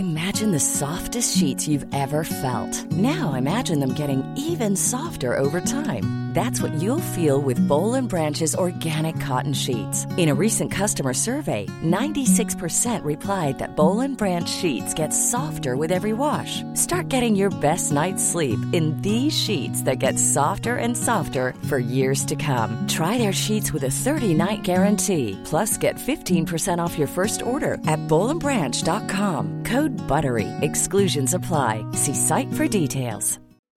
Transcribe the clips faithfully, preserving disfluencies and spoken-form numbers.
Imagine the softest sheets you've ever felt. Now imagine them getting even softer over time. That's what you'll feel with Boll and Branch's organic cotton sheets. In a recent customer survey, ninety-six percent replied that Boll and Branch sheets get softer with every wash. Start getting your best night's sleep in these sheets that get softer and softer for years to come. Try their sheets with a thirty-night guarantee. Plus, get fifteen percent off your first order at boll and branch dot com. Code BUTTERY. Exclusions apply. See site for details.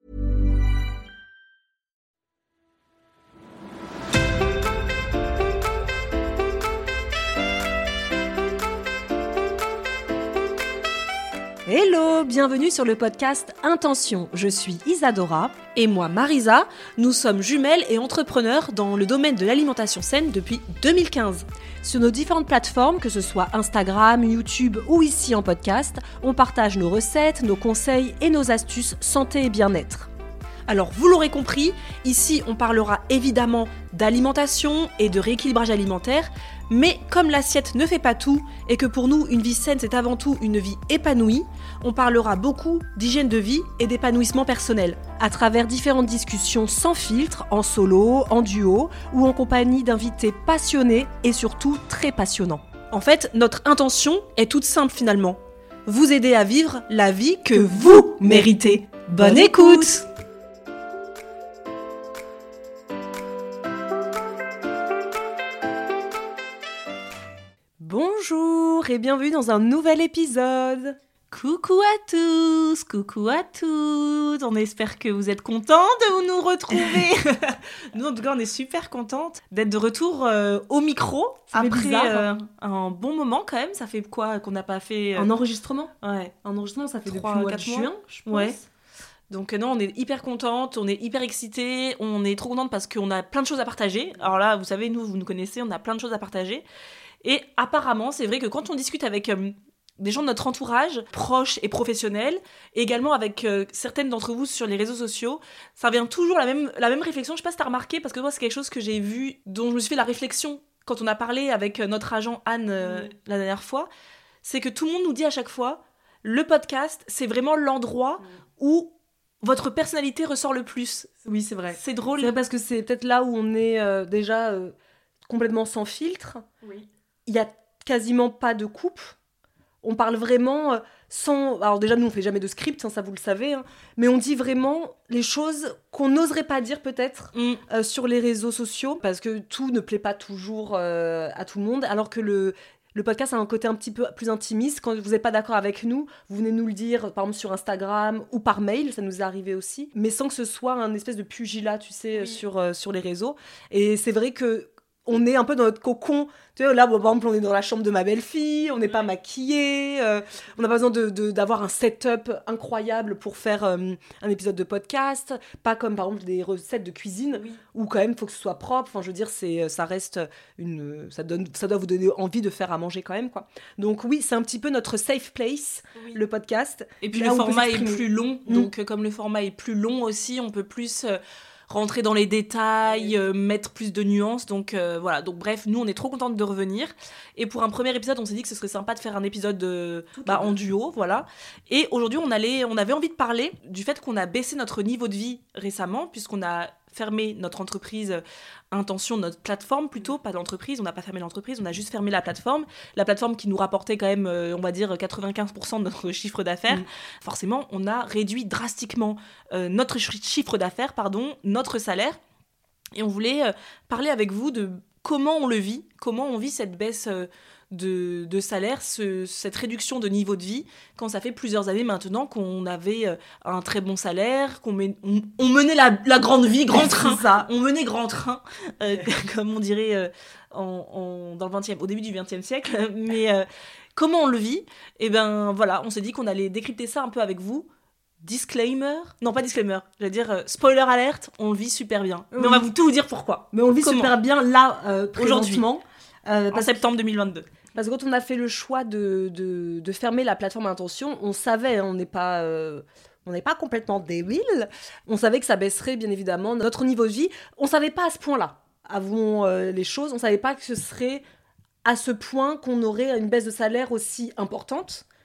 Hello, bienvenue sur le podcast Intention. Je suis Isadora. Et moi, Marisa. Nous sommes jumelles et entrepreneurs dans le domaine de l'alimentation saine depuis deux mille quinze. Sur nos différentes plateformes, que ce soit Instagram, YouTube ou ici en podcast, on partage nos recettes, nos conseils et nos astuces santé et bien-être. Alors, vous l'aurez compris, ici on parlera évidemment d'alimentation et de rééquilibrage alimentaire, mais comme l'assiette ne fait pas tout et que pour nous une vie saine c'est avant tout une vie épanouie, on parlera beaucoup d'hygiène de vie et d'épanouissement personnel, à travers différentes discussions sans filtre, en solo, en duo ou en compagnie d'invités passionnés et surtout très passionnants. En fait, notre intention est toute simple finalement, vous aider à vivre la vie que vous méritez. Bonne écoute! Bonjour et bienvenue dans un nouvel épisode. Coucou à tous, coucou à toutes. On espère que vous êtes contents de nous retrouver. Nous en tout cas on est super contentes d'être de retour euh, au micro. Ça après euh, un bon moment quand même. Ça fait quoi qu'on n'a pas fait euh... Un enregistrement. Ouais, un enregistrement ça fait trois, depuis le mois de juin, juin, je pense. Ouais. Donc non, on est hyper contentes, on est hyper excitées, on est trop contentes parce qu'on a plein de choses à partager. Alors là, vous savez, nous, vous nous connaissez, on a plein de choses à partager. Et apparemment, c'est vrai que quand on discute avec euh, des gens de notre entourage, proches et professionnels, et également avec euh, certaines d'entre vous sur les réseaux sociaux, ça revient toujours la même, la même réflexion. Je sais pas si t'as remarqué, parce que moi, c'est quelque chose que j'ai vu, dont je me suis fait la réflexion quand on a parlé avec notre agent Anne euh, mmh. la dernière fois, c'est que tout le monde nous dit à chaque fois, le podcast, c'est vraiment l'endroit mmh. où votre personnalité ressort le plus. Oui, c'est vrai. C'est drôle. C'est vrai parce que c'est peut-être là où on est euh, déjà euh, complètement sans filtre. Oui. Il n'y a quasiment pas de coupe. On parle vraiment sans... Alors déjà, nous, on ne fait jamais de script, hein, ça vous le savez. Hein, mais on dit vraiment les choses qu'on n'oserait pas dire peut-être mm. euh, sur les réseaux sociaux, parce que tout ne plaît pas toujours euh, à tout le monde, alors que le... Le podcast a un côté un petit peu plus intimiste. Quand vous n'êtes pas d'accord avec nous, vous venez nous le dire, par exemple sur Instagram ou par mail, ça nous est arrivé aussi, mais sans que ce soit un espèce de pugilat, tu sais, oui. sur, euh, sur les réseaux. Et c'est vrai que on est un peu dans notre cocon. Tu sais, là, bon, par exemple, on est dans la chambre de ma belle-fille, on n'est pas maquillé, euh, on n'a pas besoin de, de, d'avoir un setup incroyable pour faire euh, un épisode de podcast, pas comme par exemple des recettes de cuisine, oui. où quand même il faut que ce soit propre. Enfin, je veux dire, c'est, ça reste une, ça, donne, ça doit vous donner envie de faire à manger quand même, quoi. Donc oui, c'est un petit peu notre safe place, oui. le podcast. Et puis le format est plus long, mmh. donc euh, comme le format est plus long aussi, on peut plus... Euh, rentrer dans les détails, euh, mettre plus de nuances, donc euh, voilà, donc bref, nous on est trop contentes de revenir, et pour un premier épisode on s'est dit que ce serait sympa de faire un épisode de, bah, en duo, voilà, et aujourd'hui on, allait, on avait envie de parler du fait qu'on a baissé notre niveau de vie récemment, puisqu'on a fermé notre entreprise Intention, notre plateforme plutôt, pas d'entreprise, on n'a pas fermé l'entreprise, on a juste fermé la plateforme, la plateforme qui nous rapportait quand même, euh, on va dire, quatre-vingt-quinze pour cent de notre chiffre d'affaires. Mmh. Forcément, on a réduit drastiquement euh, notre chiffre d'affaires, pardon, notre salaire, et on voulait euh, parler avec vous de comment on le vit, comment on vit cette baisse euh, de, de salaire, ce, cette réduction de niveau de vie, quand ça fait plusieurs années maintenant qu'on avait euh, un très bon salaire, qu'on men- on, on menait la, la grande vie, grand train, ça. on menait grand train, euh, comme on dirait euh, en, en, dans le vingtième, au début du vingtième siècle, mais euh, comment on le vit, et ben voilà, on s'est dit qu'on allait décrypter ça un peu avec vous. Disclaimer, non pas disclaimer, je veux dire euh, spoiler alerte, on le vit super bien, oui. mais on va vous tout vous dire pourquoi. Mais on le vit comment super bien là, euh, aujourd'hui, euh, en septembre deux mille vingt-deux. Parce que quand on a fait le choix de, de, de fermer la plateforme Intention, on savait, hein, on n'est pas, euh, on n'est pas complètement débiles, on savait que ça baisserait bien évidemment notre niveau de vie. On ne savait pas à ce point-là, avouons euh, les choses, on ne savait pas que ce serait à ce point qu'on aurait une baisse de salaire aussi importante.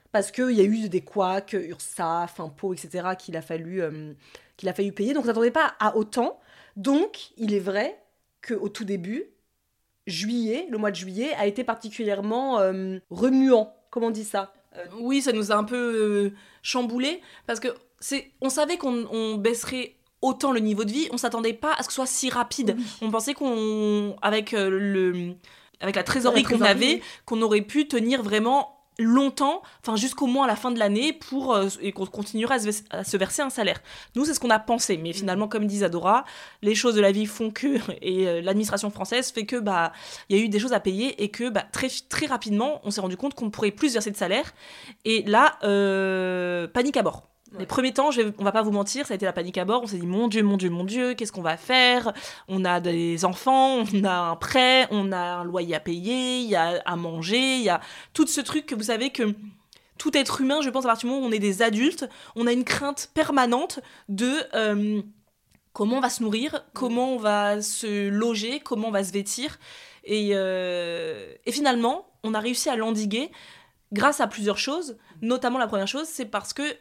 parce qu'il y a eu des couacs, URSSAF, impôts, et cetera, qu'il a fallu, euh, qu'il a fallu payer. Donc, on ne s'attendait pas à autant. Donc, il est vrai qu'au tout début, juillet, le mois de juillet, a été particulièrement euh, remuant. Comment on dit ça ? euh, Oui, ça nous a un peu euh, chamboulé, parce que c'est, on savait qu'on on baisserait autant le niveau de vie, on s'attendait pas à ce que ce soit si rapide. Oui. On pensait qu'on, avec euh, le, avec la trésorerie, la trésorerie qu'on avait, oui. qu'on aurait pu tenir vraiment longtemps, enfin jusqu'au moins à la fin de l'année, pour euh, et qu'on continuera à se, à se verser un salaire. Nous, c'est ce qu'on a pensé, mais finalement, comme dit Isadora, les choses de la vie font que, et euh, l'administration française fait que bah il y a eu des choses à payer et que bah très très rapidement, on s'est rendu compte qu'on ne pourrait plus verser de salaire. Et là, euh, panique à bord. Ouais. Les premiers temps, je vais, on va pas vous mentir, ça a été la panique à bord. On s'est dit mon Dieu, mon Dieu, mon Dieu, qu'est-ce qu'on va faire ? On a des enfants, on a un prêt, on a un loyer à payer, il y a à manger, il y a tout ce truc que vous savez que tout être humain, je pense à partir du moment où on est des adultes, on a une crainte permanente de euh, comment on va se nourrir, comment on va se loger, comment on va se vêtir. Et, euh, et finalement, on a réussi à l'endiguer grâce à plusieurs choses. Notamment la première chose, c'est parce que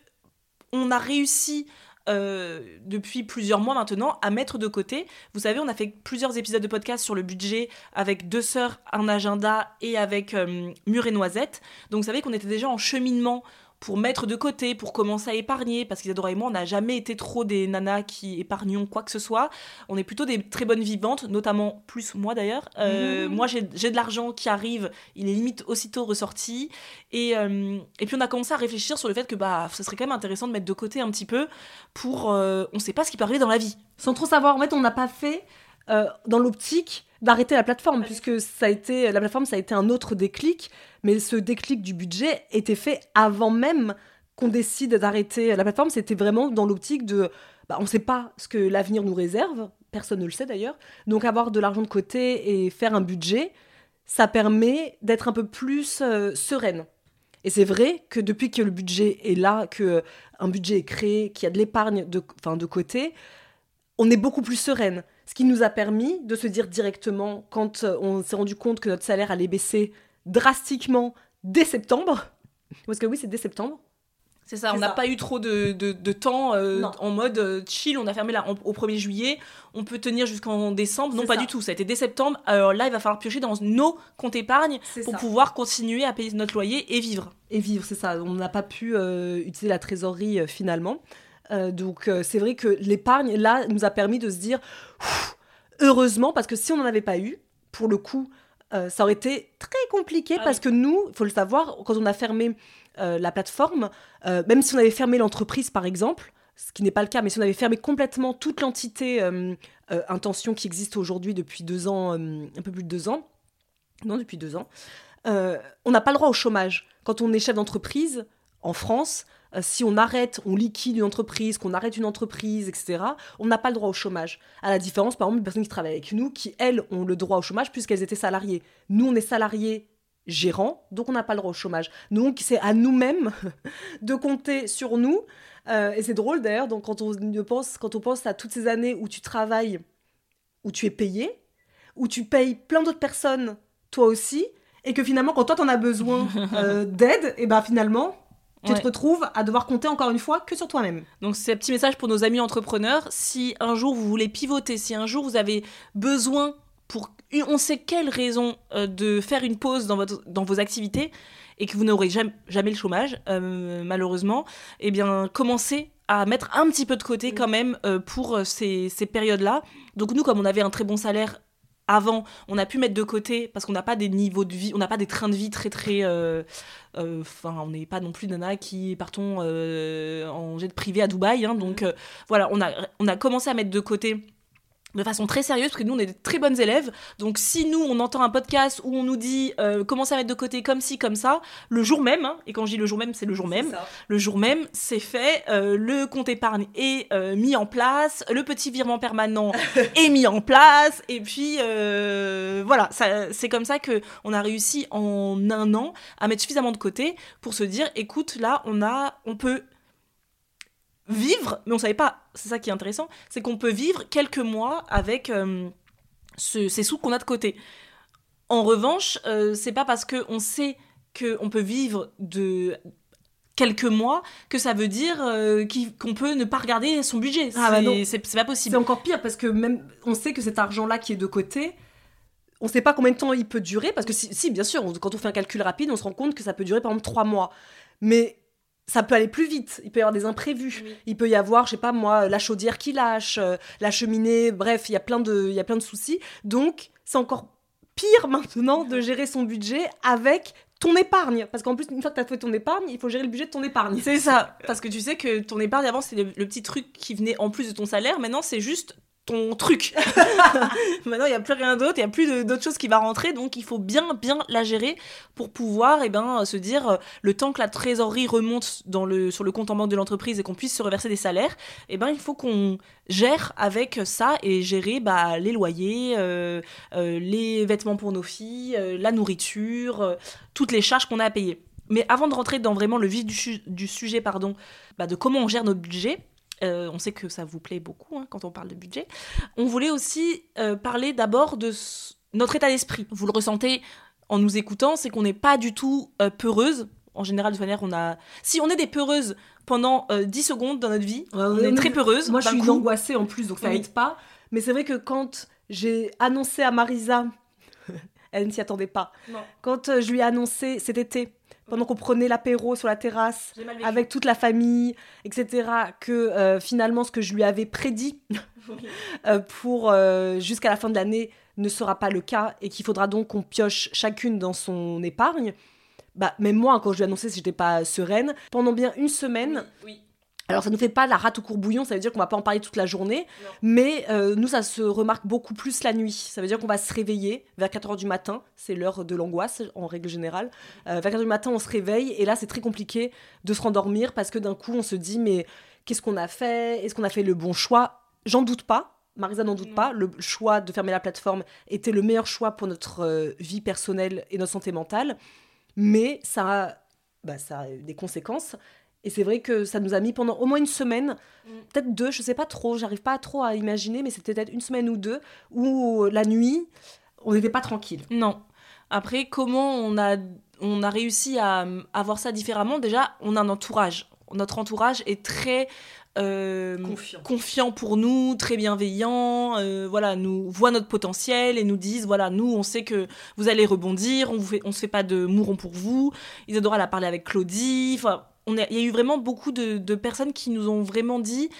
on a réussi euh, depuis plusieurs mois maintenant à mettre de côté. Vous savez, on a fait plusieurs épisodes de podcast sur le budget avec Deux Sœurs, un agenda et avec euh, Mûre et Noisette. Donc vous savez qu'on était déjà en cheminement pour mettre de côté, pour commencer à épargner, parce qu'Isadora et moi, on n'a jamais été trop des nanas qui épargnons quoi que ce soit. On est plutôt des très bonnes vivantes, notamment plus moi d'ailleurs. Euh, mmh. Moi, j'ai, j'ai de l'argent qui arrive, il est limite aussitôt ressorti. Et, euh, et puis on a commencé à réfléchir sur le fait que bah, ce serait quand même intéressant de mettre de côté un petit peu pour... Euh, on ne sait pas ce qui peut arriver dans la vie. Sans trop savoir, en fait, on n'a pas fait euh, dans l'optique d'arrêter la plateforme, puisque ça a été, la plateforme, ça a été un autre déclic, mais ce déclic du budget était fait avant même qu'on décide d'arrêter la plateforme. C'était vraiment dans l'optique de... Bah, on ne sait pas ce que l'avenir nous réserve, personne ne le sait d'ailleurs, donc avoir de l'argent de côté et faire un budget, ça permet d'être un peu plus euh, sereine. Et c'est vrai que depuis que le budget est là, qu'un budget est créé, qu'il y a de l'épargne de, enfin, de côté, on est beaucoup plus sereine. Ce qui nous a permis de se dire directement, quand on s'est rendu compte que notre salaire allait baisser drastiquement dès septembre, parce que oui, c'est dès septembre. C'est ça, c'est on n'a pas eu trop de, de, de temps euh, en mode euh, chill, on a fermé là, en, au premier juillet, on peut tenir jusqu'en décembre. Non, c'est pas ça. Du tout, ça a été dès septembre. Alors là, il va falloir piocher dans nos comptes épargne c'est pour ça. Pouvoir continuer à payer notre loyer et vivre. Et vivre, c'est ça. On n'a pas pu euh, utiliser la trésorerie euh, finalement. Euh, donc euh, c'est vrai que l'épargne là nous a permis de se dire heureusement, parce que si on n'en avait pas eu, pour le coup euh, ça aurait été très compliqué. Ah, parce oui. que nous, il faut le savoir, quand on a fermé euh, la plateforme, euh, même si on avait fermé l'entreprise par exemple, ce qui n'est pas le cas, mais si on avait fermé complètement toute l'entité euh, euh, Intention qui existe aujourd'hui depuis deux ans, euh, un peu plus de deux ans, non depuis deux ans, euh, on n'a pas le droit au chômage. Quand on est chef d'entreprise en France, Euh, si on arrête, on liquide une entreprise, qu'on arrête une entreprise, et cetera, on n'a pas le droit au chômage. À la différence, par exemple, des personnes qui travaillent avec nous, qui, elles, ont le droit au chômage puisqu'elles étaient salariées. Nous, on est salariés gérants, donc on n'a pas le droit au chômage. Donc, c'est à nous-mêmes de compter sur nous. Euh, et c'est drôle, d'ailleurs, donc, quand, on pense, quand on pense à toutes ces années où tu travailles, où tu es payé, où tu payes plein d'autres personnes, toi aussi, et que finalement, quand toi, t'en as besoin euh, d'aide, et ben finalement... tu ouais. te retrouves à devoir compter encore une fois que sur toi-même. Donc c'est un petit message pour nos amis entrepreneurs. Si un jour vous voulez pivoter, si un jour vous avez besoin pour une, on sait quelle raison euh, de faire une pause dans, votre, dans vos activités et que vous n'aurez jamais, jamais le chômage, euh, malheureusement, eh bien commencez à mettre un petit peu de côté quand même euh, pour ces, ces périodes-là. Donc nous, comme on avait un très bon salaire avant, on a pu mettre de côté parce qu'on n'a pas des niveaux de vie, on n'a pas des trains de vie très très... Euh, euh, on n'est pas non plus nana qui partons euh, en jet privé à Dubaï. Hein, donc euh, voilà, on a, on a commencé à mettre de côté de façon très sérieuse, parce que nous on est de très bonnes élèves, donc si nous on entend un podcast où on nous dit euh, commencez à mettre de côté comme ci, comme ça, le jour même, hein, et quand je dis le jour même, c'est le jour même, le jour même c'est fait, euh, le compte épargne est euh, mis en place, le petit virement permanent est mis en place, et puis euh, voilà, ça, c'est comme ça qu'on a réussi en un an à mettre suffisamment de côté pour se dire, écoute, là on, a, on peut... vivre, mais on savait pas, c'est ça qui est intéressant, c'est qu'on peut vivre quelques mois avec euh, ce, ces sous qu'on a de côté. En revanche, euh, c'est pas parce qu'on sait qu'on peut vivre de, quelques mois que ça veut dire euh, qu'on peut ne pas regarder son budget. Ah bah non. C'est, c'est pas possible. C'est encore pire parce que même on sait que cet argent-là qui est de côté, on sait pas combien de temps il peut durer parce que si, si bien sûr, on, quand on fait un calcul rapide, on se rend compte que ça peut durer par exemple trois mois. Mais ça peut aller plus vite, il peut y avoir des imprévus, oui. Il peut y avoir, je sais pas moi, la chaudière qui lâche, euh, la cheminée, bref, il y a plein de, il y a plein de soucis. Donc, c'est encore pire maintenant de gérer son budget avec ton épargne. Parce qu'en plus, une fois que tu as fait ton épargne, il faut gérer le budget de ton épargne. C'est ça, parce que tu sais que ton épargne, avant, c'était le, le petit truc qui venait en plus de ton salaire, maintenant, c'est juste ton truc. Maintenant, il n'y a plus rien d'autre, il n'y a plus de, d'autres choses qui va rentrer, donc il faut bien, bien la gérer pour pouvoir eh ben, se dire, euh, le temps que la trésorerie remonte dans le, sur le compte en banque de l'entreprise et qu'on puisse se reverser des salaires, eh ben, il faut qu'on gère avec ça et gérer bah, les loyers, euh, euh, les vêtements pour nos filles, euh, la nourriture, euh, toutes les charges qu'on a à payer. Mais avant de rentrer dans vraiment le vif du, chu- du sujet, pardon, bah, de comment on gère notre budget, Euh, on sait que ça vous plaît beaucoup hein, quand on parle de budget. On voulait aussi euh, parler d'abord de s- notre état d'esprit. Vous le ressentez en nous écoutant, c'est qu'on n'est pas du tout euh, peureuse. En général, de toute manière, on a... Si on est des peureuses pendant euh, dix secondes dans notre vie, ouais, on est très peureuses. Moi, je suis coup. angoissée en plus, donc ça oui. aide pas. Mais c'est vrai que quand j'ai annoncé à Marisa, elle ne s'y attendait pas. Non. Quand euh, je lui ai annoncé cet été, pendant qu'on prenait l'apéro sur la terrasse, avec toute la famille, et cetera, que euh, finalement, ce que je lui avais prédit euh, pour euh, jusqu'à la fin de l'année ne sera pas le cas et qu'il faudra donc qu'on pioche chacune dans son épargne, bah, même moi, quand je lui ai annoncé, j'étais pas sereine. Pendant bien une semaine... Oui, oui. Alors, ça ne nous fait pas la rate au courbouillon, ça veut dire qu'on ne va pas en parler toute la journée, non. mais euh, nous, ça se remarque beaucoup plus la nuit. Ça veut dire qu'on va se réveiller vers quatre heures du matin, c'est l'heure de l'angoisse en règle générale. Euh, vers quatre heures du matin, on se réveille et là, c'est très compliqué de se rendormir parce que d'un coup, on se dit, mais qu'est-ce qu'on a fait ? Est-ce qu'on a fait le bon choix ? J'en doute pas. Marisa n'en doute non. pas. Le choix de fermer la plateforme était le meilleur choix pour notre euh, vie personnelle et notre santé mentale. Mais ça a, bah, ça a des conséquences. Et c'est vrai que ça nous a mis pendant au moins une semaine, mmh. peut-être deux, je sais pas trop, j'arrive pas trop à imaginer, mais c'était peut-être une semaine ou deux, où la nuit, on n'était pas tranquille. Non. Après, comment on a, on a réussi à, à voir ça différemment ? Déjà, on a un entourage. Notre entourage est très euh, confiant. confiant pour nous, très bienveillant, euh, voilà, nous voit notre potentiel et nous disent, voilà, nous, on sait que vous allez rebondir, on ne se fait pas de mourons pour vous. Isadora, elle a parlé avec Claudie, enfin... Il y a eu vraiment beaucoup de, de personnes qui nous ont vraiment dit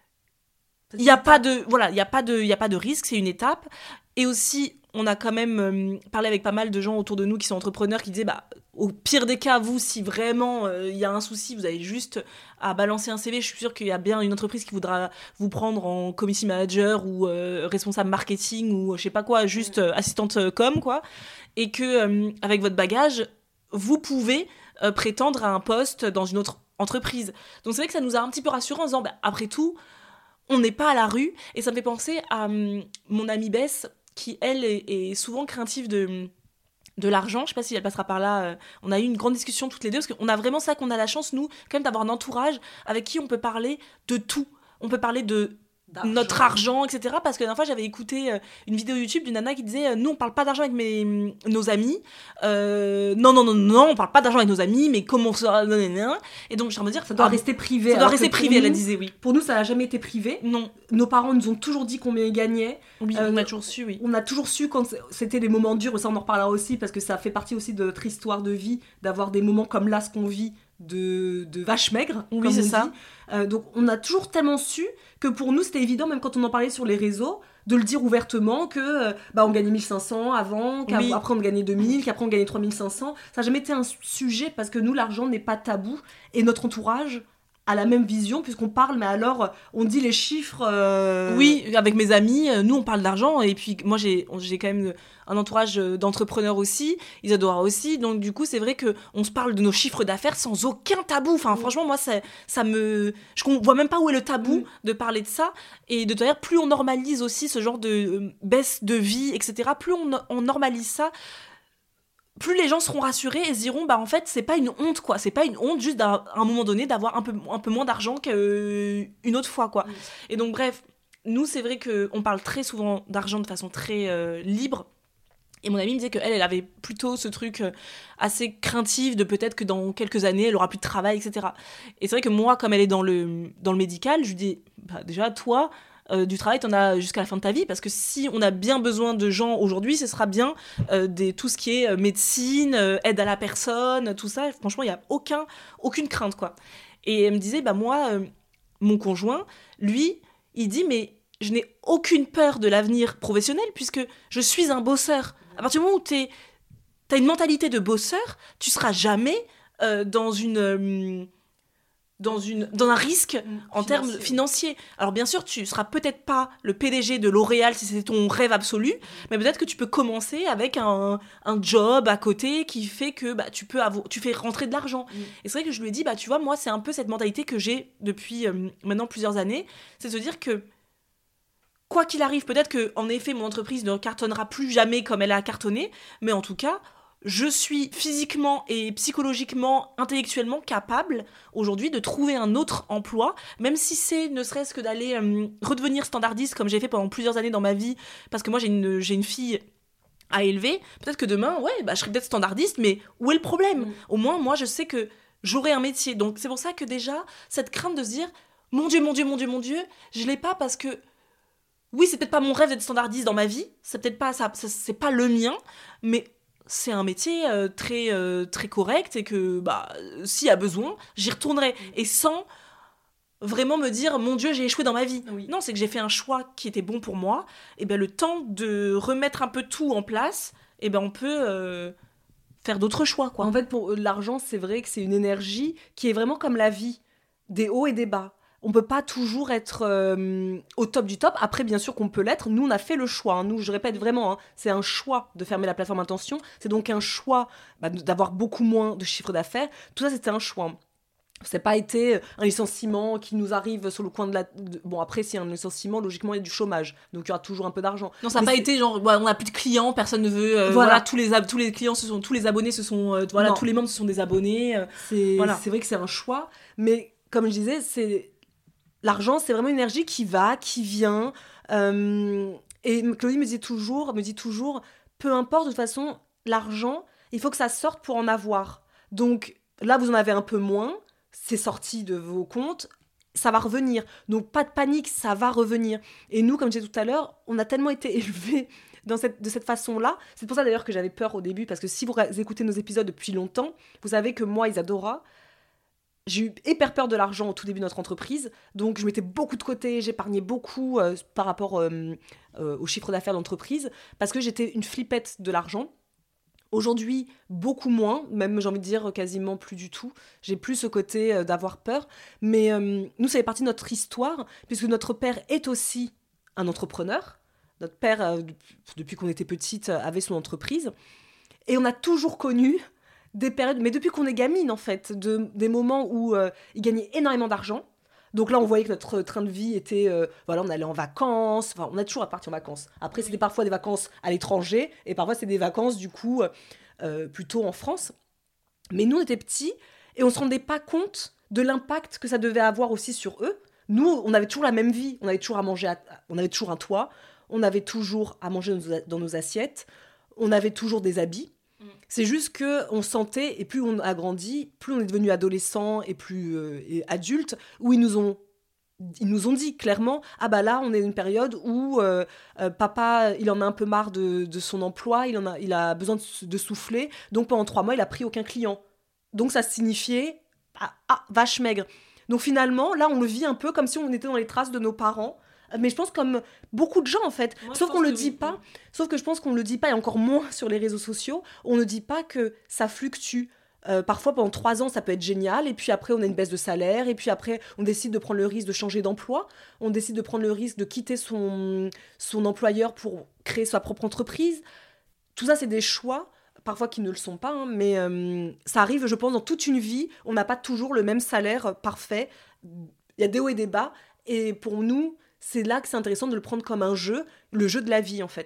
il n'y a pas de voilà il y a pas de il y a pas de risque, c'est une étape. Et aussi on a quand même euh, parlé avec pas mal de gens autour de nous qui sont entrepreneurs qui disaient bah au pire des cas, vous, si vraiment il euh, y a un souci, vous avez juste à balancer un C V. Je suis sûre qu'il y a bien une entreprise qui voudra vous prendre en community manager ou euh, responsable marketing ou je sais pas quoi, juste euh, assistante com quoi, et que euh, avec votre bagage vous pouvez Euh, prétendre à un poste dans une autre entreprise. Donc c'est vrai que ça nous a un petit peu rassurés en disant bah, après tout, on n'est pas à la rue. Et ça me fait penser à um, mon amie Bess qui, elle, est, est souvent craintive de, de l'argent. Je sais pas si elle passera par là. Euh, on a eu une grande discussion toutes les deux parce qu'on a vraiment ça, qu'on a la chance, nous, quand même, d'avoir un entourage avec qui on peut parler de tout. On peut parler de d'argent. Notre argent, et cetera. Parce que la dernière fois, j'avais écouté euh, une vidéo YouTube d'une nana qui disait euh, « Nous, on parle pas d'argent avec mes, nos amis. Euh, non, non, non, non, on parle pas d'argent avec nos amis, mais comment ça... » Et donc, je me dire... Ça doit ah, rester privé. Ça doit rester privé, nous, elle disait, oui. Pour nous, ça n'a jamais été privé. Non. Nos parents nous ont toujours dit combien ils gagnaient. Oui, euh, on a toujours su, oui. On a toujours su quand c'était des moments durs, et ça, on en reparlera aussi, parce que ça fait partie aussi de notre histoire de vie, d'avoir des moments comme là, ce qu'on vit, de, de vache maigre, oui, comme c'est on ça. dit. Euh, donc on a toujours tellement su que pour nous c'était évident, même quand on en parlait sur les réseaux, de le dire ouvertement que euh, bah, on gagnait mille cinq cents avant, qu'après oui. on gagnait deux mille, qu'après on gagnait trois mille cinq cents. Ça n'a jamais été un sujet parce que nous l'argent n'est pas tabou et notre entourage a la même vision puisqu'on parle, mais alors on dit les chiffres... Euh... Oui, avec mes amis, nous on parle d'argent et puis moi j'ai, j'ai quand même un entourage d'entrepreneurs aussi, Isadora aussi, donc du coup c'est vrai qu'on se parle de nos chiffres d'affaires sans aucun tabou, enfin mmh. franchement moi ça, ça me... Je vois même pas où est le tabou mmh. de parler de ça, et de toute manière plus on normalise aussi ce genre de baisse de vie, et cetera, plus on, on normalise ça, plus les gens seront rassurés et se diront bah en fait c'est pas une honte quoi, c'est pas une honte juste à un moment donné d'avoir un peu, un peu moins d'argent qu'une autre fois quoi. Mmh. Et donc bref, nous c'est vrai qu'on parle très souvent d'argent de façon très euh, libre Et mon amie me disait qu'elle, elle avait plutôt ce truc assez craintif de peut-être que dans quelques années, elle aura plus de travail, et cetera. Et c'est vrai que moi, comme elle est dans le, dans le médical, je lui dis, bah, déjà, toi, euh, du travail, t'en as jusqu'à la fin de ta vie, parce que si on a bien besoin de gens aujourd'hui, ce sera bien euh, des, tout ce qui est euh, médecine, euh, aide à la personne, tout ça. Franchement, il n'y a aucun, aucune crainte, quoi. Et elle me disait, bah moi, euh, mon conjoint, lui, il dit, mais je n'ai aucune peur de l'avenir professionnel, puisque je suis un bosseur. À partir du moment où tu as une mentalité de bosseur, tu seras jamais euh, dans, une, euh, dans, une, dans un risque mmh, en financier. termes financiers. Alors bien sûr, tu seras peut-être pas le P D G de L'Oréal si c'est ton rêve absolu, mmh. mais peut-être que tu peux commencer avec un, un job à côté qui fait que bah, tu, peux avoir, tu fais rentrer de l'argent. Mmh. Et c'est vrai que je lui ai dit, bah, tu vois, moi, c'est un peu cette mentalité que j'ai depuis euh, maintenant plusieurs années, c'est de se dire que quoi qu'il arrive, peut-être qu'en effet, mon entreprise ne cartonnera plus jamais comme elle a cartonné, mais en tout cas, je suis physiquement et psychologiquement, intellectuellement capable aujourd'hui de trouver un autre emploi, même si c'est ne serait-ce que d'aller euh, redevenir standardiste comme j'ai fait pendant plusieurs années dans ma vie, parce que moi j'ai une, j'ai une fille à élever. Peut-être que demain, ouais, bah, je serai peut-être standardiste, mais où est le problème ? mmh. Au moins, moi, je sais que j'aurai un métier. Donc c'est pour ça que déjà, cette crainte de se dire, mon Dieu, mon Dieu, mon Dieu, mon Dieu, je l'ai pas parce que oui, c'est peut-être pas mon rêve d'être standardiste dans ma vie, c'est peut-être pas ça, ça c'est pas le mien, mais c'est un métier euh, très euh, très correct et que bah s'il y a besoin, j'y retournerai mmh. et sans vraiment me dire mon Dieu, j'ai échoué dans ma vie. Oui. Non, c'est que j'ai fait un choix qui était bon pour moi et ben le temps de remettre un peu tout en place, et ben on peut euh, faire d'autres choix quoi. En fait, pour eux, l'argent, c'est vrai que c'est une énergie qui est vraiment comme la vie, des hauts et des bas. On peut pas toujours être euh, au top du top. Après, bien sûr qu'on peut l'être. Nous, on a fait le choix. Hein. Nous, je répète vraiment, hein, c'est un choix de fermer la plateforme Intention. C'est donc un choix bah, d'avoir beaucoup moins de chiffre d'affaires. Tout ça, c'était un choix. C'est pas été un licenciement qui nous arrive sur le coin de la... De... Bon, après, s'il y a un licenciement, logiquement, il y a du chômage. Donc, il y aura toujours un peu d'argent. Non, ça n'a pas c'est... été genre, ouais, on n'a plus de clients, personne ne veut... Euh, voilà. voilà, tous les, ab- tous les clients, se sont, tous les abonnés, se sont... Euh, voilà, tous les membres se sont des abonnés. Euh, c'est... Voilà. c'est vrai que c'est un choix. Mais, comme je disais, c'est... L'argent, c'est vraiment une énergie qui va, qui vient. Euh, et Chloé me dit toujours, me dit toujours, peu importe, de toute façon, l'argent, il faut que ça sorte pour en avoir. Donc là, vous en avez un peu moins, c'est sorti de vos comptes, ça va revenir. Donc pas de panique, ça va revenir. Et nous, comme je disais tout à l'heure, on a tellement été élevés dans cette, de cette façon-là. C'est pour ça d'ailleurs que j'avais peur au début, parce que si vous écoutez nos épisodes depuis longtemps, vous savez que moi, Isadora, j'ai eu hyper peur de l'argent au tout début de notre entreprise, donc je mettais beaucoup de côté, j'épargnais beaucoup euh, par rapport euh, euh, au chiffre d'affaires d'entreprise, parce que j'étais une flippette de l'argent. Aujourd'hui, beaucoup moins, même j'ai envie de dire quasiment plus du tout. J'ai plus ce côté euh, d'avoir peur, mais euh, nous, ça fait partie de notre histoire, puisque notre père est aussi un entrepreneur. Notre père, euh, depuis qu'on était petite, avait son entreprise, et on a toujours connu des périodes, mais depuis qu'on est gamine en fait, de, des moments où euh, il gagnait énormément d'argent. Donc là, on voyait que notre train de vie était, euh, voilà, on allait en vacances, enfin, on a toujours à partir en vacances. Après, c'était parfois des vacances à l'étranger, et parfois c'était des vacances du coup euh, plutôt en France. Mais nous, on était petits et on se rendait pas compte de l'impact que ça devait avoir aussi sur eux. Nous, on avait toujours la même vie, on avait toujours à manger, à, on avait toujours un toit, on avait toujours à manger dans nos, dans nos assiettes, on avait toujours des habits. C'est juste qu'on sentait, et plus on a grandi, plus on est devenu adolescent et plus euh, et adulte, où ils nous ont ils nous ont dit clairement, ah bah là on est dans une période où euh, euh, papa il en a un peu marre de, de son emploi, il, en a, il a besoin de, de souffler, donc pendant trois mois il a pris aucun client. Donc ça signifiait, ah, ah vache maigre. Donc finalement là on le vit un peu comme si on était dans les traces de nos parents, mais je pense comme beaucoup de gens en fait. Moi, sauf qu'on le dit oui. pas, sauf que je pense qu'on le dit pas, et encore moins sur les réseaux sociaux, on ne dit pas que ça fluctue. Euh, parfois pendant trois ans ça peut être génial, et puis après on a une baisse de salaire, et puis après on décide de prendre le risque de changer d'emploi, on décide de prendre le risque de quitter son, son employeur pour créer sa propre entreprise. Tout ça c'est des choix, parfois qui ne le sont pas, hein, mais euh, ça arrive je pense dans toute une vie, on n'a pas toujours le même salaire parfait, il y a des hauts et des bas, et pour nous c'est là que c'est intéressant de le prendre comme un jeu, le jeu de la vie en fait.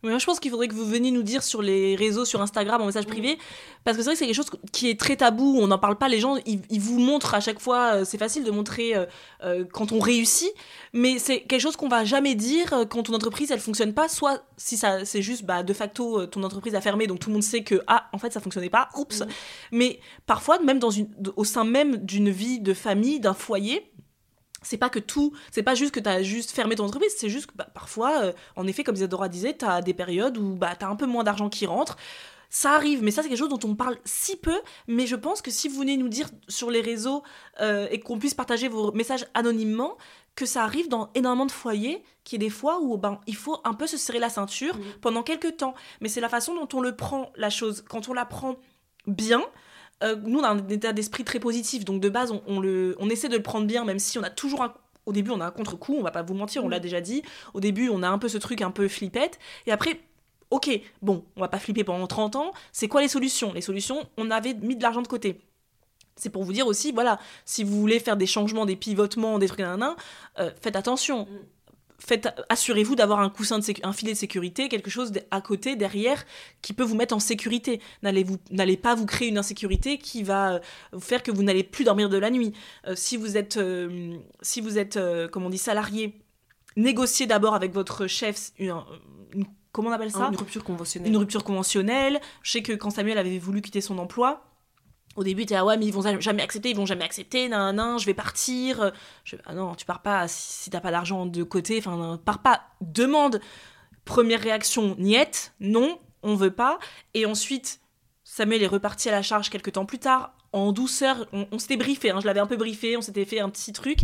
Mais moi, je pense qu'il faudrait que vous veniez nous dire sur les réseaux, sur Instagram, en message privé, parce que c'est vrai que c'est quelque chose qui est très tabou, on n'en parle pas, les gens, ils, ils vous montrent à chaque fois, euh, c'est facile de montrer euh, euh, quand on réussit, mais c'est quelque chose qu'on va jamais dire euh, quand ton entreprise, elle fonctionne pas, soit si ça, c'est juste, bah, de facto, euh, ton entreprise a fermé, donc tout le monde sait que, ah, en fait, ça fonctionnait pas, oups. Mmh. Mais parfois, même dans une, au sein même d'une vie de famille, d'un foyer, c'est pas que tout, c'est pas juste que t'as juste fermé ton entreprise, c'est juste que bah, parfois, euh, en effet, comme Isadora disait, t'as des périodes où bah, t'as un peu moins d'argent qui rentre. Ça arrive, mais ça c'est quelque chose dont on parle si peu, mais je pense que si vous venez nous dire sur les réseaux euh, et qu'on puisse partager vos messages anonymement, que ça arrive dans énormément de foyers, qu'il y ait des fois où ben, il faut un peu se serrer la ceinture mmh. pendant quelques temps. Mais c'est la façon dont on le prend, la chose. Quand on la prend bien... Euh, nous, on a un état d'esprit très positif, donc de base, on, on, le, on essaie de le prendre bien, même si on a toujours un... Au début, on a un contre-coup, on va pas vous mentir, on l'a déjà dit. Au début, on a un peu ce truc un peu flippette. Et après, ok, bon, on va pas flipper pendant trente ans. C'est quoi les solutions ? Les solutions, on avait mis de l'argent de côté. C'est pour vous dire aussi, voilà, si vous voulez faire des changements, des pivotements, des trucs, nanana, euh, faites attention. Mm. Faites, assurez-vous d'avoir un coussin de sécu- un filet de sécurité, quelque chose à côté, derrière, qui peut vous mettre en sécurité. N'allez, vous, n'allez pas vous créer une insécurité qui va vous faire que vous n'allez plus dormir de la nuit. Euh, si vous êtes, euh, si vous êtes euh, comme on dit, salarié, négociez d'abord avec votre chef une, une, comment on appelle ça ? Une rupture conventionnelle. Une rupture conventionnelle. Je sais que quand Samuel avait voulu quitter son emploi, au début, t'es ah ouais, mais ils vont jamais accepter, ils vont jamais accepter, nan, nan, je vais partir. Je, ah non, tu pars pas si, si t'as pas d'argent de côté, enfin, pars pas. Demande. Première réaction, niette, non, on veut pas. Et ensuite, Samuel est reparti à la charge quelques temps plus tard, en douceur. On, on s'était briefé, hein, je l'avais un peu briefé, on s'était fait un petit truc.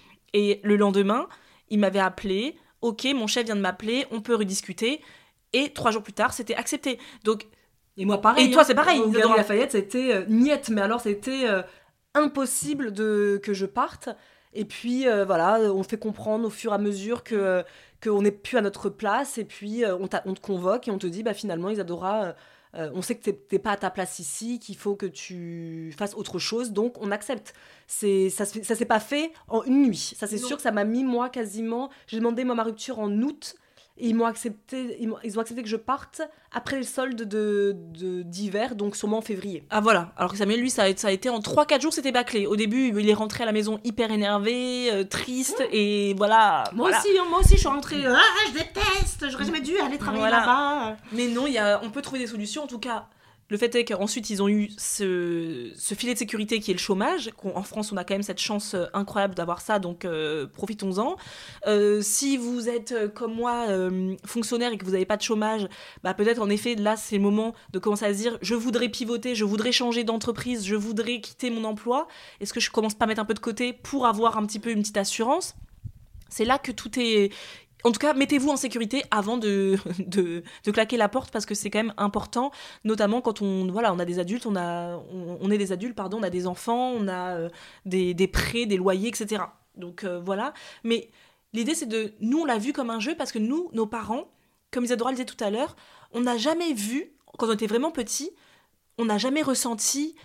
Et le lendemain, il m'avait appelé. Ok, mon chef vient de m'appeler, on peut rediscuter. Et trois jours plus tard, c'était accepté. Donc, et moi pareil. Et toi hein. c'est pareil. Au Galeries Lafayette, ça a été euh, niette, mais alors ça a été euh, impossible de que je parte. Et puis euh, voilà, on fait comprendre au fur et à mesure que euh, qu'on n'est plus à notre place. Et puis euh, on, on te convoque et on te dit bah finalement Isadora, euh, on sait que t'es, t'es pas à ta place ici, qu'il faut que tu fasses autre chose, donc on accepte. C'est ça ça s'est pas fait en une nuit. Ça c'est non. sûr que ça m'a mis moi quasiment. J'ai demandé moi ma rupture en août. Et ils m'ont accepté, ils, m'ont, ils ont accepté que je parte après le solde de, de, d'hiver, donc sûrement en février. Ah voilà, alors que Samuel, lui, ça a, ça a été en trois quatre jours, c'était bâclé. Au début, il est rentré à la maison hyper énervé, euh, triste, mmh. et voilà. Moi voilà. aussi, hein, moi aussi, je suis rentrée, ah, je déteste, j'aurais jamais dû aller travailler voilà. là-bas. Mais non, y a, on peut trouver des solutions, en tout cas. Le fait est qu'ensuite, ils ont eu ce, ce filet de sécurité qui est le chômage. En France, on a quand même cette chance incroyable d'avoir ça, donc euh, profitons-en. Euh, si vous êtes, euh, comme moi, euh, fonctionnaire et que vous n'avez pas de chômage, bah, peut-être, en effet, là, c'est le moment de commencer à se dire « je voudrais pivoter, je voudrais changer d'entreprise, je voudrais quitter mon emploi. Est-ce que je commence pas à mettre un peu de côté pour avoir un petit peu une petite assurance ?» C'est là que tout est... En tout cas, mettez-vous en sécurité avant de, de, de claquer la porte parce que c'est quand même important, notamment quand on, voilà, on a des adultes, on, a, on, on est des adultes, pardon, on a des enfants, on a euh, des, des prêts, des loyers, et cetera. Donc euh, voilà. Mais l'idée, c'est de... Nous, on l'a vu comme un jeu parce que nous, nos parents, comme Isadora le disait tout à l'heure, on n'a jamais vu, quand on était vraiment petits, on n'a jamais ressenti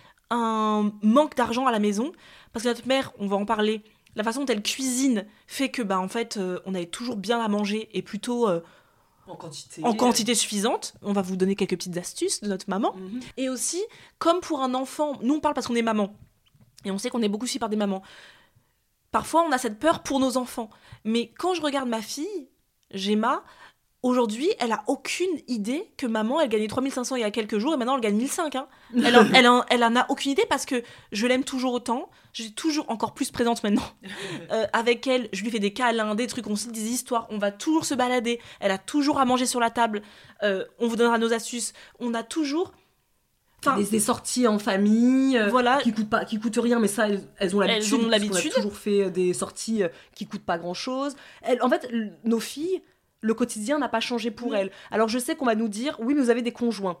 un manque d'argent à la maison parce que notre mère, on va en parler... La façon dont elle cuisine fait que, bah, en fait, euh, on avait toujours bien à manger et plutôt euh, en, quantité. en quantité suffisante. On va vous donner quelques petites astuces de notre maman. Mm-hmm. Et aussi, comme pour un enfant, nous on parle parce qu'on est maman. Et on sait qu'on est beaucoup suivi par des mamans. Parfois, on a cette peur pour nos enfants. Mais quand je regarde ma fille, Gemma, aujourd'hui, elle a aucune idée que maman, elle gagnait trois mille cinq cents il y a quelques jours et maintenant elle gagne mille cinq cents. Hein. Elle, en, elle, en, elle en a aucune idée parce que je l'aime toujours autant. Je suis toujours encore plus présente maintenant. Euh, avec elle, je lui fais des câlins, des trucs, on se dit des histoires, on va toujours se balader. Elle a toujours à manger sur la table. Euh, on vous donnera nos astuces. On a toujours... Enfin, des, des sorties en famille euh, voilà. qui coûtent pas, qui coûtent rien, mais ça, elles, elles ont l'habitude. Elles ont l'habitude. On a toujours fait des sorties qui coûtent pas grand-chose. Elles, en fait, l- nos filles... Le quotidien n'a pas changé pour oui. elles. Alors je sais qu'on va nous dire, oui, mais vous avez des conjoints.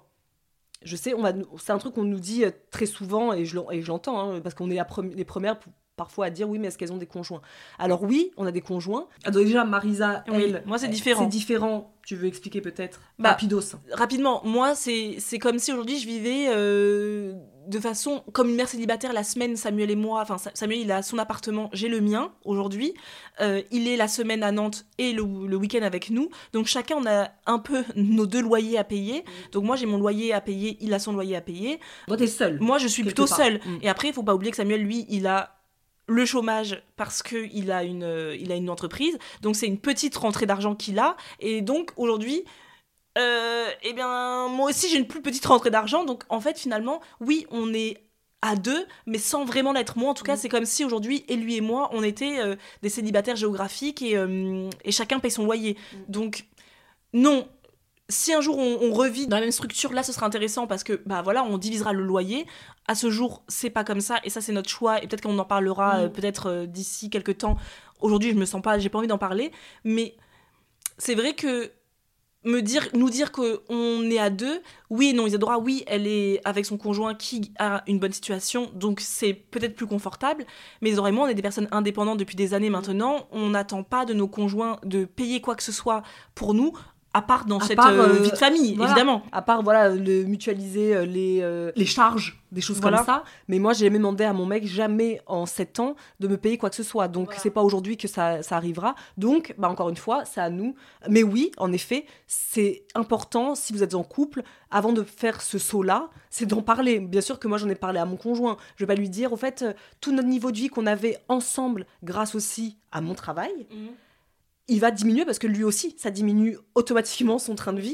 Je sais, on va, c'est un truc qu'on nous dit très souvent, et je, et je l'entends, hein, parce qu'on est la pre- les premières pour, parfois à dire, oui, mais est-ce qu'elles ont des conjoints ? Alors oui, on a des conjoints. Alors déjà, Marisa, oui, elle... Moi, c'est différent. C'est différent. Tu veux expliquer peut-être ? Bah, Rapidos. Rapidement, moi, c'est, c'est comme si aujourd'hui, je vivais... Euh... de façon, comme une mère célibataire, la semaine, Samuel et moi, enfin Samuel il a son appartement, j'ai le mien aujourd'hui, euh, il est la semaine à Nantes et le, le week-end avec nous, donc chacun on a un peu nos deux loyers à payer, donc moi j'ai mon loyer à payer, il a son loyer à payer. Moi t'es seule. Moi je suis plutôt part. seule, mmh. Et après il faut pas oublier que Samuel lui il a le chômage parce qu'il a une, euh, il a une entreprise, donc c'est une petite rentrée d'argent qu'il a, et donc aujourd'hui... Euh, eh bien, moi aussi j'ai une plus petite rentrée d'argent, donc en fait finalement, oui, on est à deux, mais sans vraiment l'être. Moi en tout cas, mmh. c'est comme si aujourd'hui, et lui et moi, on était euh, des célibataires géographiques et, euh, et chacun paye son loyer. Mmh. Donc non, si un jour on, on revit dans la même structure, là ce sera intéressant parce que bah voilà, on divisera le loyer. À ce jour, c'est pas comme ça, et ça c'est notre choix, et peut-être qu'on en parlera mmh. euh, peut-être euh, d'ici quelques temps. Aujourd'hui, je me sens pas, j'ai pas envie d'en parler, mais c'est vrai que me dire, nous dire qu'on est à deux, oui et non, Isadora, oui, elle est avec son conjoint qui a une bonne situation, donc c'est peut-être plus confortable, mais Isadora et moi, on est des personnes indépendantes depuis des années maintenant, on n'attend pas de nos conjoints de payer quoi que ce soit pour nous, à part dans à cette part, euh, vie de famille, voilà, évidemment. À part, voilà, le mutualiser les, euh, les charges, des choses voilà. comme ça. Mais moi, j'ai jamais demandé à mon mec, jamais en sept ans, de me payer quoi que ce soit. Donc, voilà. c'est pas aujourd'hui que ça, ça arrivera. Donc, bah, encore une fois, c'est à nous. Mais oui, en effet, c'est important, si vous êtes en couple, avant de faire ce saut-là, c'est d'en parler. Bien sûr que moi, j'en ai parlé à mon conjoint. Je vais pas lui dire, au fait, euh, tout notre niveau de vie qu'on avait ensemble, grâce aussi à mon travail, mmh. il va diminuer parce que lui aussi, ça diminue automatiquement son train de vie.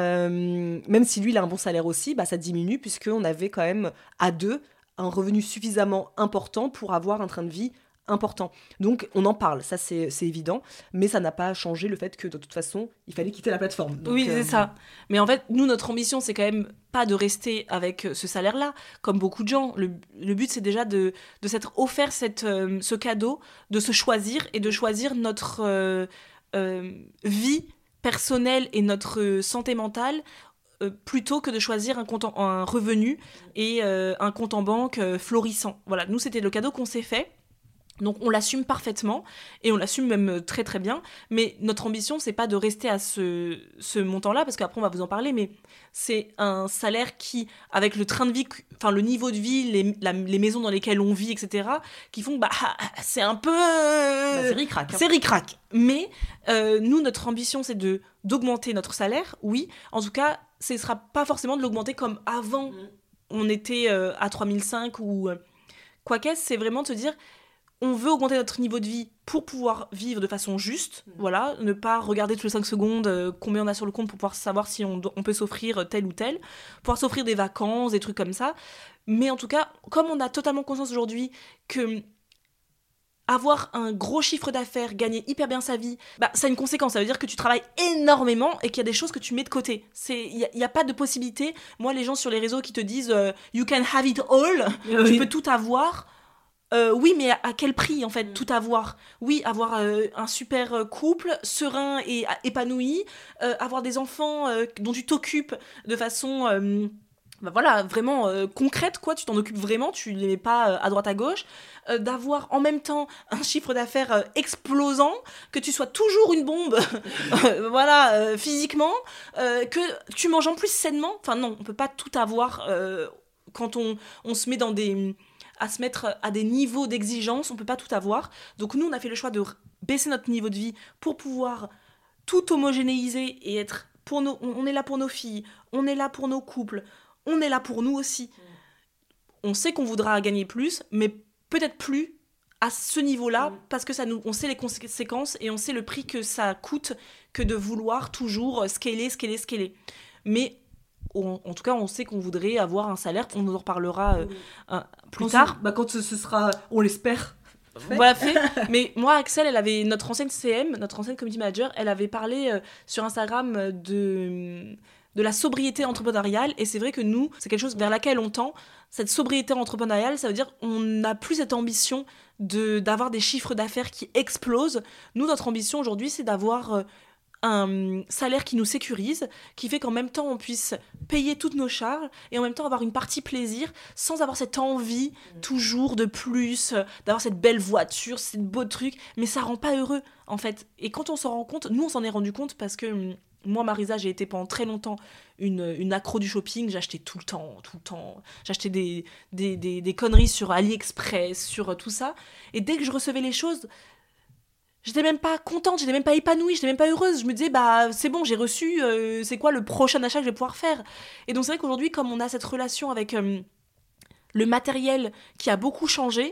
Euh, même si lui, il a un bon salaire aussi, bah, ça diminue puisqu'on avait quand même à deux un revenu suffisamment important pour avoir un train de vie important. Donc, on en parle, ça c'est, c'est évident, mais ça n'a pas changé le fait que de toute façon, il fallait quitter la plateforme. Donc, oui, c'est euh... ça. Mais en fait, nous, notre ambition, c'est quand même pas de rester avec ce salaire-là, comme beaucoup de gens. Le, le but, c'est déjà de, de s'être offert cette, euh, ce cadeau, de se choisir et de choisir notre euh, euh, vie personnelle et notre santé mentale euh, plutôt que de choisir un, compte en, un revenu et euh, un compte en banque euh, florissant. Voilà, nous, c'était le cadeau qu'on s'est fait. Donc on l'assume parfaitement, et on l'assume même très très bien, mais notre ambition c'est pas de rester à ce, ce montant-là, parce qu'après on va vous en parler, mais c'est un salaire qui, avec le train de vie, enfin le niveau de vie, les, la, les maisons dans lesquelles on vit, et cetera, qui font bah c'est un peu... Bah, c'est ric-rac. Hein. C'est ric-rac. Mais euh, nous, notre ambition c'est de, d'augmenter notre salaire, oui, en tout cas, ce ne sera pas forcément de l'augmenter comme avant, mmh. on était euh, à trois mille cinq ou... Euh, quoi qu'est-ce, c'est vraiment de se dire... On veut augmenter notre niveau de vie pour pouvoir vivre de façon juste, mmh. voilà, ne pas regarder toutes les cinq secondes euh, combien on a sur le compte pour pouvoir savoir si on, on peut s'offrir tel ou tel, pouvoir s'offrir des vacances, des trucs comme ça. Mais en tout cas, comme on a totalement conscience aujourd'hui que avoir un gros chiffre d'affaires, gagner hyper bien sa vie, bah, ça a une conséquence. Ça veut dire que tu travailles énormément et qu'il y a des choses que tu mets de côté. Il n'y a, a pas de possibilité. Moi, les gens sur les réseaux qui te disent euh, « you can have it all oui. », tu peux tout avoir. Euh, oui, mais à, à quel prix, en fait, mmh. tout avoir ? Oui, avoir euh, un super couple, serein et épanoui, euh, avoir des enfants euh, dont tu t'occupes de façon, euh, bah voilà, vraiment euh, concrète, quoi. Tu t'en occupes vraiment, tu les mets pas euh, à droite à gauche. Euh, d'avoir en même temps un chiffre d'affaires euh, explosant, que tu sois toujours une bombe, euh, voilà, euh, physiquement, euh, que tu manges en plus sainement. Enfin non, on peut pas tout avoir euh, quand on, on se met dans des... à se mettre à des niveaux d'exigence, on peut pas tout avoir. Donc nous, on a fait le choix de baisser notre niveau de vie pour pouvoir tout homogénéiser et être pour nos... On est là pour nos filles, on est là pour nos couples, on est là pour nous aussi. On sait qu'on voudra gagner plus, mais peut-être plus à ce niveau-là, parce que ça nous, on sait les conséquences et on sait le prix que ça coûte que de vouloir toujours scaler, scaler, scaler. Mais... En, en tout cas, on sait qu'on voudrait avoir un salaire, on en reparlera euh, oui. euh, plus quand tard. Ce, bah quand ce, ce sera, on l'espère, fait. Voilà, fait. Mais moi, Axel, elle avait, notre ancienne C M, notre ancienne community manager, elle avait parlé euh, sur Instagram de, de la sobriété entrepreneuriale, et c'est vrai que nous, c'est quelque chose vers laquelle on tend. Cette sobriété entrepreneuriale, ça veut dire qu'on n'a plus cette ambition de, d'avoir des chiffres d'affaires qui explosent. Nous, notre ambition aujourd'hui, c'est d'avoir... Euh, un salaire qui nous sécurise, qui fait qu'en même temps on puisse payer toutes nos charges et en même temps avoir une partie plaisir sans avoir cette envie mmh. toujours de plus, d'avoir cette belle voiture, ces beaux trucs, mais ça rend pas heureux en fait. Et quand on s'en rend compte, nous on s'en est rendu compte parce que moi, Marisa, j'ai été pendant très longtemps une, une accro du shopping. J'achetais tout le temps, tout le temps. J'achetais des, des, des, des conneries sur AliExpress, sur tout ça. Et dès que je recevais les choses, j'étais même pas contente, j'étais même pas épanouie, j'étais même pas heureuse. Je me disais, bah c'est bon, j'ai reçu, euh, c'est quoi le prochain achat que je vais pouvoir faire ? Et donc c'est vrai qu'aujourd'hui, comme on a cette relation avec euh, le matériel qui a beaucoup changé,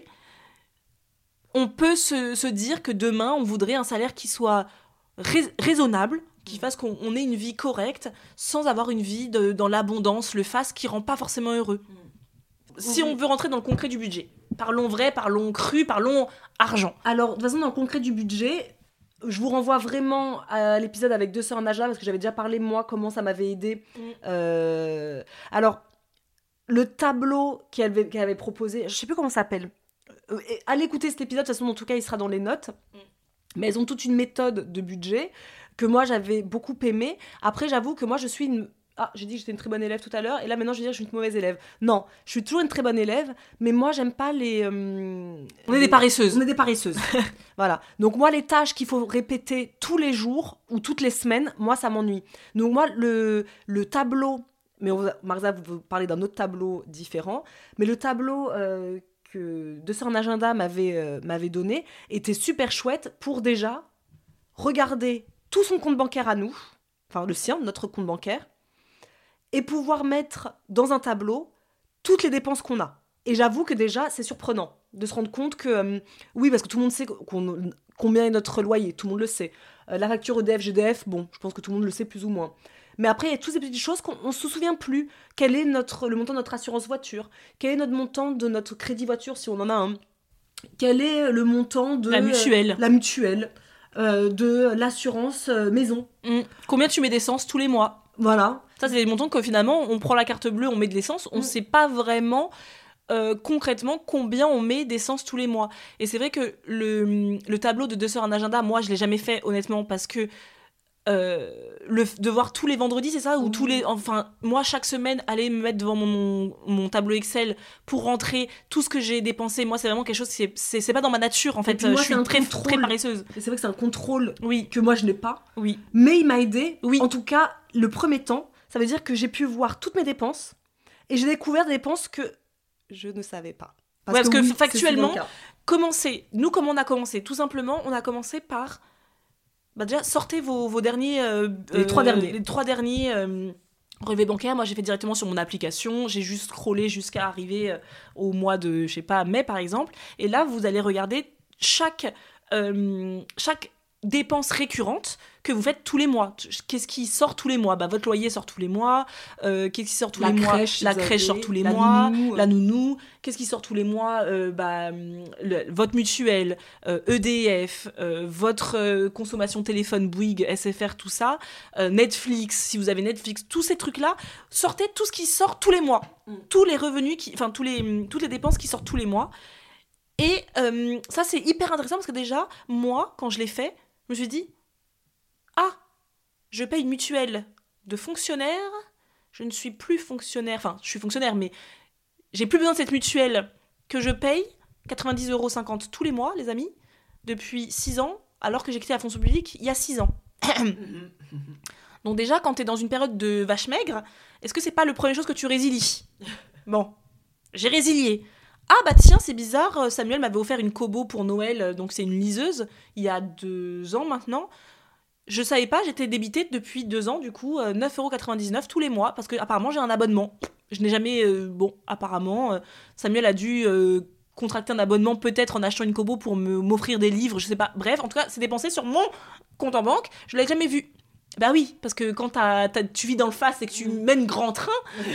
on peut se, se dire que demain, on voudrait un salaire qui soit rais- raisonnable, qui fasse qu'on on ait une vie correcte, sans avoir une vie de, dans l'abondance, le fast, qui rend pas forcément heureux. Mmh. Si on veut rentrer dans le concret du budget, parlons vrai, parlons cru, parlons argent. Alors, de toute façon, dans le concret du budget, je vous renvoie vraiment à l'épisode avec Deux Sœurs Naja, parce que j'avais déjà parlé, moi, comment ça m'avait aidé. Mmh. Euh... Alors, le tableau qu'elle avait, qu'elle avait proposé, je sais plus comment ça s'appelle. Euh, allez écouter cet épisode, de toute façon, en tout cas, il sera dans les notes. Mmh. Mais elles ont toute une méthode de budget que moi, j'avais beaucoup aimé. Après, j'avoue que moi, je suis une... Ah, j'ai dit que j'étais une très bonne élève tout à l'heure, et là, maintenant, je vais dire que je suis une mauvaise élève. Non, je suis toujours une très bonne élève, mais moi, j'aime pas les... Euh, on est des paresseuses. On est des paresseuses. Voilà. Donc, moi, les tâches qu'il faut répéter tous les jours ou toutes les semaines, moi, ça m'ennuie. Donc, moi, le, le tableau... Mais on, Marisa, vous parlez d'un autre tableau différent, mais le tableau... Euh, que Deux Sœurs Agenda m'avait, euh, m'avait donné était super chouette pour déjà regarder tout son compte bancaire à nous, enfin le sien, notre compte bancaire, et pouvoir mettre dans un tableau toutes les dépenses qu'on a. Et j'avoue que déjà, c'est surprenant de se rendre compte que, euh, oui, parce que tout le monde sait qu'on, combien est notre loyer, tout le monde le sait. Euh, la facture E D F, G D F, bon, je pense que tout le monde le sait plus ou moins. Mais après, il y a toutes ces petites choses qu'on ne se souvient plus. Quel est notre, le montant de notre assurance voiture ? Quel est notre montant de notre crédit voiture, si on en a un ? Quel est le montant de... La mutuelle. Euh, la mutuelle, euh, de l'assurance euh, maison. Mmh. Combien tu mets d'essence tous les mois ? Voilà. Ça, c'est des montants que finalement, on prend la carte bleue, on met de l'essence, on ne mmh. sait pas vraiment... Euh, concrètement combien on met d'essence tous les mois. Et c'est vrai que le, le tableau de Deux Sœurs en agenda, moi je l'ai jamais fait honnêtement parce que euh, le devoir tous les vendredis, c'est ça, ou mmh. tous les, enfin moi chaque semaine aller me mettre devant mon, mon tableau Excel pour rentrer tout ce que j'ai dépensé, moi c'est vraiment quelque chose, c'est, c'est, c'est pas dans ma nature en fait. Moi, je suis très, contrôle, très paresseuse. Et c'est vrai que c'est un contrôle oui. que moi je n'ai pas, oui. mais il m'a aidé. Oui. En tout cas le premier temps, ça veut dire que j'ai pu voir toutes mes dépenses et j'ai découvert des dépenses que je ne savais pas. Parce, ouais, parce que, oui, que factuellement, commencer, nous, comment on a commencé ? Tout simplement, on a commencé par... Bah déjà, sortez vos, vos derniers... Euh, les, euh, trois derniers. les trois derniers euh, relevés bancaires. Moi, j'ai fait directement sur mon application. J'ai juste scrollé jusqu'à arriver euh, au mois de, je sais pas, mai, par exemple. Et là, vous allez regarder chaque... Euh, chaque dépenses récurrentes que vous faites tous les mois. Qu'est-ce qui sort tous les mois ? Bah, votre loyer sort tous les mois. Euh, qu'est-ce qui sort tous la les crèche, mois ? La crèche avez, sort tous les la mois. Nounou. La nounou. Qu'est-ce qui sort tous les mois ? euh, bah, le, Votre mutuelle, euh, E D F, euh, votre euh, consommation téléphone, Bouygues, S F R, tout ça. Euh, Netflix, si vous avez Netflix, tous ces trucs-là. Sortez tout ce qui sort tous les mois. Mm. Tous les revenus, qui, enfin, tous les, toutes les dépenses qui sortent tous les mois. Et euh, ça, c'est hyper intéressant parce que déjà, moi, quand je l'ai fait, je me suis dit, ah, je paye une mutuelle de fonctionnaire, je ne suis plus fonctionnaire, enfin, je suis fonctionnaire, mais j'ai plus besoin de cette mutuelle que je paye quatre-vingt-dix euros cinquante tous les mois, les amis, depuis six ans, alors que j'ai quitté la fonction publique il y a six ans. Donc déjà, quand tu es dans une période de vache maigre, est-ce que c'est pas le premier chose que tu résilies ? Bon, j'ai résilié. Ah bah tiens, c'est bizarre, Samuel m'avait offert une Kobo pour Noël, donc c'est une liseuse, il y a deux ans maintenant. Je savais pas, j'étais débitée depuis deux ans, du coup, euh, neuf euros quatre-vingt-dix-neuf tous les mois, parce que apparemment j'ai un abonnement. Je n'ai jamais... Euh, bon, apparemment, euh, Samuel a dû euh, contracter un abonnement, peut-être en achetant une Kobo pour me, m'offrir des livres, je sais pas. Bref, en tout cas, c'est dépensé sur mon compte en banque, je l'avais jamais vu. Bah oui, parce que quand t'as, t'as, tu vis dans le fast et que tu mènes grand train,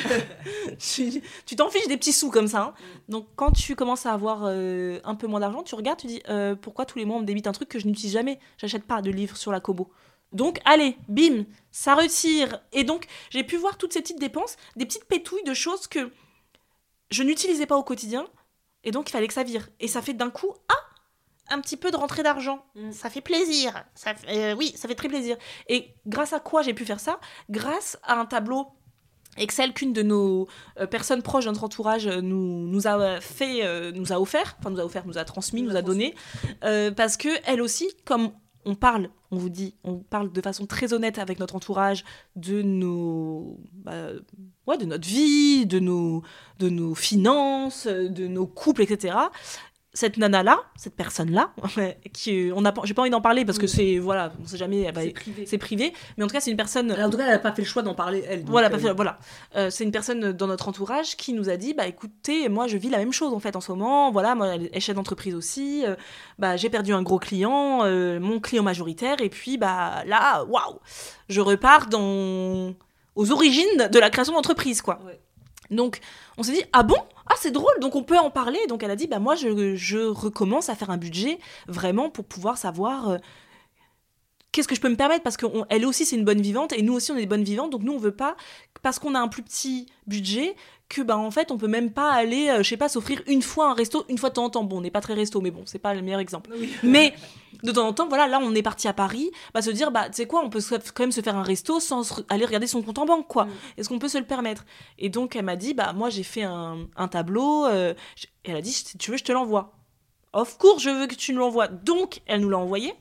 tu, tu t'en fiches des petits sous comme ça. Hein. Donc quand tu commences à avoir euh, un peu moins d'argent, tu regardes, tu dis euh, pourquoi tous les mois on me débite un truc que je n'utilise jamais ? J'achète pas de livres sur la Kobo. Donc allez, bim, ça retire. Et donc j'ai pu voir toutes ces petites dépenses, des petites pétouilles de choses que je n'utilisais pas au quotidien. Et donc il fallait que ça vire. Et ça fait d'un coup, ah, un petit peu de rentrée d'argent. Mmh. Ça fait plaisir. Ça fait, euh, oui, ça fait très plaisir. Et grâce à quoi j'ai pu faire ça ? Grâce à un tableau Excel qu'une de nos euh, personnes proches de notre entourage nous, nous a fait, euh, nous a offert, enfin nous a offert, nous a transmis, nous, nous a donné, euh, parce que elle aussi, comme on parle, on vous dit, on parle de façon très honnête avec notre entourage de nos, bah, ouais, de notre vie, de nos, de nos finances, de nos couples, et cetera. Cette nana-là, cette personne-là, qui, on a, j'ai pas envie d'en parler parce que c'est, voilà, on sait jamais, bah, c'est, privé. c'est privé, mais en tout cas, c'est une personne... Alors, en tout cas, elle n'a pas fait le choix d'en parler, elle. Voilà, euh... fait, voilà. Euh, c'est une personne dans notre entourage qui nous a dit, bah écoutez, moi, je vis la même chose, en fait, en ce moment, voilà, moi, elle est chef d'entreprise aussi, euh, bah, j'ai perdu un gros client, euh, mon client majoritaire, et puis, bah, là, waouh, je repars dans... aux origines de la création d'entreprise, quoi. Ouais. Donc, on s'est dit, ah bon ? Ah, c'est drôle, donc on peut en parler. Donc, elle a dit, bah moi, je, je recommence à faire un budget, vraiment, pour pouvoir savoir euh, qu'est-ce que je peux me permettre. Parce qu'elle aussi, c'est une bonne vivante, et nous aussi, on est des bonnes vivantes. Donc, nous, on veut pas, parce qu'on a un plus petit budget, que, bah, en fait, on peut même pas aller, euh, je sais pas, s'offrir une fois un resto, une fois de temps en temps. Bon, on n'est pas très resto, mais bon, c'est pas le meilleur exemple. Oui. Mais... de temps en temps, voilà, là, on est parti à Paris, bah, se dire, bah, tu sais quoi, on peut quand même se faire un resto sans aller regarder son compte en banque, quoi. Mm. Est-ce qu'on peut se le permettre ? Et donc, elle m'a dit, bah, moi, j'ai fait un, un tableau, euh, elle a dit, si tu veux, je te l'envoie. Of course, je veux que tu me l'envoies. Donc, elle nous l'a envoyé.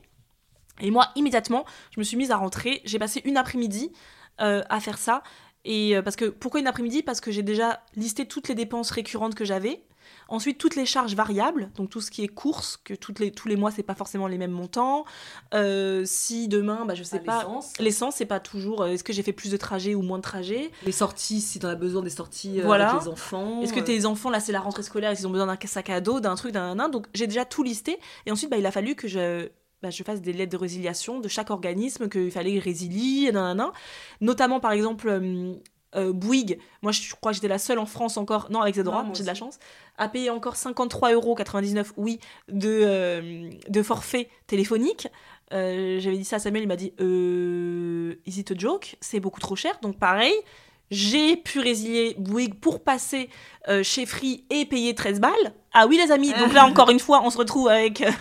Et moi, immédiatement, je me suis mise à rentrer. J'ai passé une après-midi euh, à faire ça. Et euh, parce que, pourquoi une après-midi ? Parce que j'ai déjà listé toutes les dépenses récurrentes que j'avais. Ensuite, toutes les charges variables, donc tout ce qui est courses, que toutes les, tous les mois, c'est pas forcément les mêmes montants. Euh, si demain, bah, je sais ah, pas, l'essence, l'essence c'est pas toujours, euh, est-ce que j'ai fait plus de trajets ou moins de trajets ? Les sorties, si t'en as besoin des sorties euh, voilà. avec les enfants. Est-ce que tes enfants, là, c'est la rentrée scolaire, ils ont besoin d'un sac à dos, d'un truc, d'un, d'un, donc j'ai déjà tout listé. Et ensuite, bah, il a fallu que je... Bah, je fasse des lettres de résiliation de chaque organisme qu'il fallait résilier, nan, nan, nan. Notamment, par exemple... Euh, Euh, Bouygues, moi je crois que j'étais la seule en France encore, non avec Zedora, j'ai de la chance, à payer encore cinquante-trois euros quatre-vingt-dix-neuf, oui, de, euh, de forfait téléphonique. Euh, j'avais dit ça à Samuel, il m'a dit euh, is it a joke ? C'est beaucoup trop cher, donc pareil, j'ai pu résilier Bouygues pour passer euh, chez Free et payer treize balles. Ah oui les amis, donc là encore une fois on se retrouve avec euh,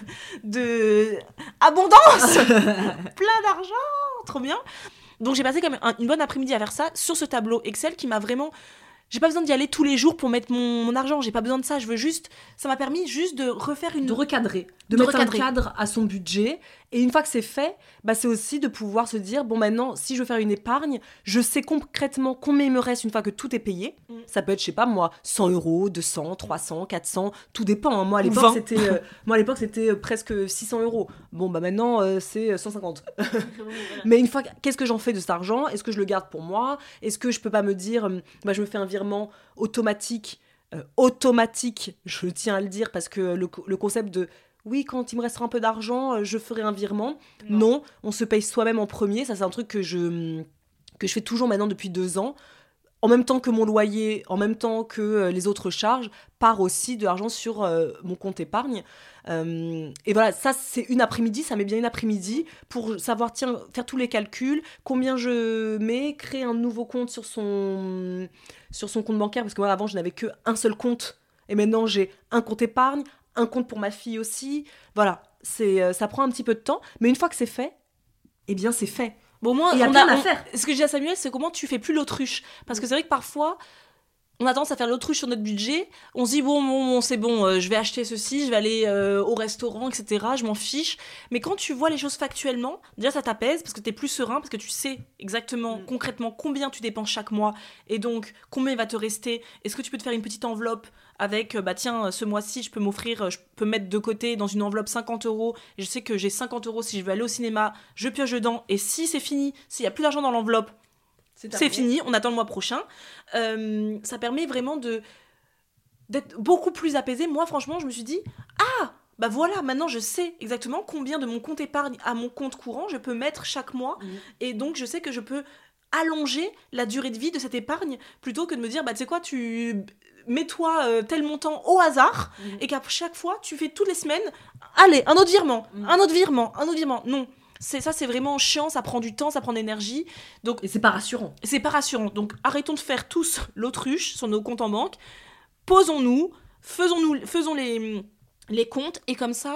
de abondance, plein d'argent, trop bien. Donc j'ai passé quand même un, une bonne après-midi à faire ça sur ce tableau Excel qui m'a vraiment... J'ai pas besoin d'y aller tous les jours pour mettre mon, mon argent, j'ai pas besoin de ça, je veux juste... Ça m'a permis juste de refaire une... De recadrer, de, de mettre recadrer. un cadre à son budget. Et une fois que c'est fait, bah c'est aussi de pouvoir se dire, bon maintenant, si je veux faire une épargne, je sais concrètement combien il me reste une fois que tout est payé. Mm. Ça peut être, je sais pas moi, cent euros, deux cents, trois cents, quatre cents, tout dépend. Hein. Moi, à l'époque, c'était, euh, moi, à l'époque, c'était presque six cents euros. Bon, bah maintenant, euh, c'est cent cinquante. Mais une fois, qu'est-ce que j'en fais de cet argent ? Est-ce que je le garde pour moi ? Est-ce que je peux pas me dire, euh, bah, je me fais un virement automatique, euh, automatique, je tiens à le dire, parce que le, le concept de oui, quand il me restera un peu d'argent, euh, je ferai un virement. Non. non, on se paye soi-même en premier. Ça, c'est un truc que je, que je fais toujours maintenant depuis deux ans. En même temps que mon loyer, en même temps que euh, les autres charges, part aussi de l'argent sur euh, mon compte épargne. Euh, et voilà, ça, c'est une après-midi. Ça met bien une après-midi pour savoir, tiens, faire tous les calculs, combien je mets, créer un nouveau compte sur son, sur son compte bancaire. Parce que moi, avant, je n'avais qu'un seul compte. Et maintenant, j'ai un compte épargne, un compte pour ma fille aussi. Voilà, c'est, euh, ça prend un petit peu de temps. Mais une fois que c'est fait, eh bien, c'est fait. Bon, moi, il y a on plein a, à faire. Ce que je dis à Samuel, c'est comment tu fais plus l'autruche. Parce que c'est vrai que parfois, on a tendance à faire l'autruche sur notre budget. On se dit, bon, bon, bon c'est bon, euh, je vais acheter ceci, je vais aller euh, au restaurant, et cetera. Je m'en fiche. Mais quand tu vois les choses factuellement, déjà, ça t'apaise parce que t'es plus serein, parce que tu sais exactement, mmh. concrètement, combien tu dépenses chaque mois. Et donc, combien il va te rester. Est-ce que tu peux te faire une petite enveloppe avec, bah tiens, ce mois-ci, je peux m'offrir, je peux mettre de côté dans une enveloppe cinquante euros. Et je sais que j'ai cinquante euros si je veux aller au cinéma, je pioche dedans. Et si c'est fini, s'il n'y a plus d'argent dans l'enveloppe, c'est, c'est fini, on attend le mois prochain. Euh, ça permet vraiment de, d'être beaucoup plus apaisé. Moi, franchement, je me suis dit, ah, bah voilà, maintenant je sais exactement combien de mon compte épargne à mon compte courant je peux mettre chaque mois. Mmh. Et donc, je sais que je peux allonger la durée de vie de cette épargne plutôt que de me dire, bah tu sais quoi, tu... mets-toi euh, tel montant au hasard mmh. et qu'à chaque fois, tu fais toutes les semaines, allez, un autre virement, mmh. un autre virement, un autre virement. Non, c'est, ça c'est vraiment chiant, ça prend du temps, ça prend de l'énergie. Donc, et c'est pas rassurant. C'est pas rassurant. Donc arrêtons de faire tous l'autruche sur nos comptes en banque. Posons-nous, faisons-nous, faisons les, les comptes et comme ça,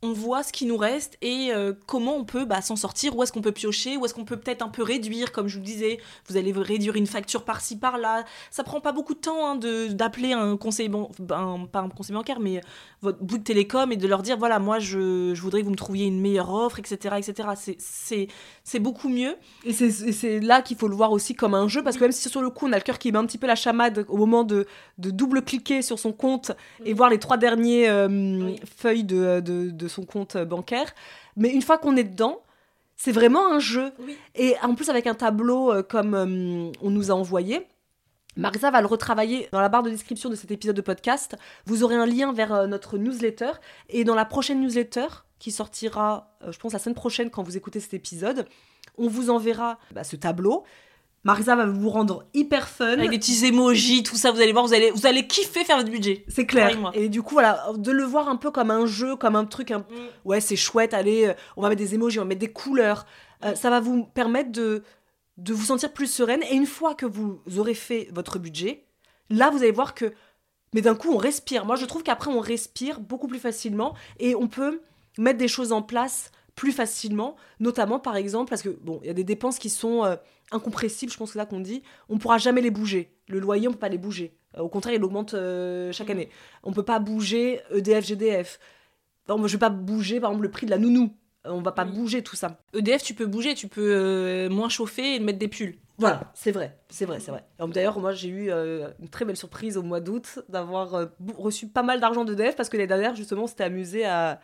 on voit ce qui nous reste et euh, comment on peut bah, s'en sortir, où est-ce qu'on peut piocher, où est-ce qu'on peut peut-être un peu réduire, comme je vous disais, vous allez réduire une facture par-ci, par-là. Ça prend pas beaucoup de temps hein, de, d'appeler un conseiller, ban- un, pas un conseiller bancaire, mais votre bout de télécom et de leur dire, voilà, moi, je, je voudrais que vous me trouviez une meilleure offre, et cetera, et cetera. C'est, c'est, c'est beaucoup mieux. Et c'est, et c'est là qu'il faut le voir aussi comme un jeu, parce que même si sur le coup, on a le cœur qui bat un petit peu la chamade au moment de, de double-cliquer sur son compte et voir les trois derniers euh, oui. feuilles de, de, de son compte bancaire, mais une fois qu'on est dedans, c'est vraiment un jeu. Oui. Et en plus, avec un tableau euh, comme euh, on nous a envoyé, Marisa va le retravailler dans la barre de description de cet épisode de podcast. Vous aurez un lien vers euh, notre newsletter. Et dans la prochaine newsletter, qui sortira, euh, je pense, la semaine prochaine quand vous écoutez cet épisode, on vous enverra bah, ce tableau. Marisa va vous rendre hyper fun. Avec des petits emojis, tout ça, vous allez voir, vous allez, vous allez kiffer faire votre budget. C'est clair. Et du coup, voilà, de le voir un peu comme un jeu, comme un truc, un... Mm. ouais, c'est chouette, allez, on va mettre des emojis, on va mettre des couleurs. Euh, mm. Ça va vous permettre de, de vous sentir plus sereine. Et une fois que vous aurez fait votre budget, là, vous allez voir que, mais d'un coup, on respire. Moi, je trouve qu'après, on respire beaucoup plus facilement et on peut mettre des choses en place plus facilement, notamment par exemple parce que bon, il y a des dépenses qui sont euh, incompressibles, je pense que c'est là qu'on dit, on pourra jamais les bouger. Le loyer, on peut pas les bouger. Euh, au contraire, il augmente euh, chaque année. On peut pas bouger E D F, G D F. Enfin, je vais pas bouger par exemple le prix de la nounou. Euh, on va pas oui. bouger tout ça. E D F, tu peux bouger, tu peux euh, moins chauffer et mettre des pulls. Voilà, c'est vrai, c'est vrai, c'est vrai. D'ailleurs, moi, j'ai eu euh, une très belle surprise au mois d'août d'avoir euh, reçu pas mal d'argent d'E D F parce que l'année dernière, justement, on s'était amusé à,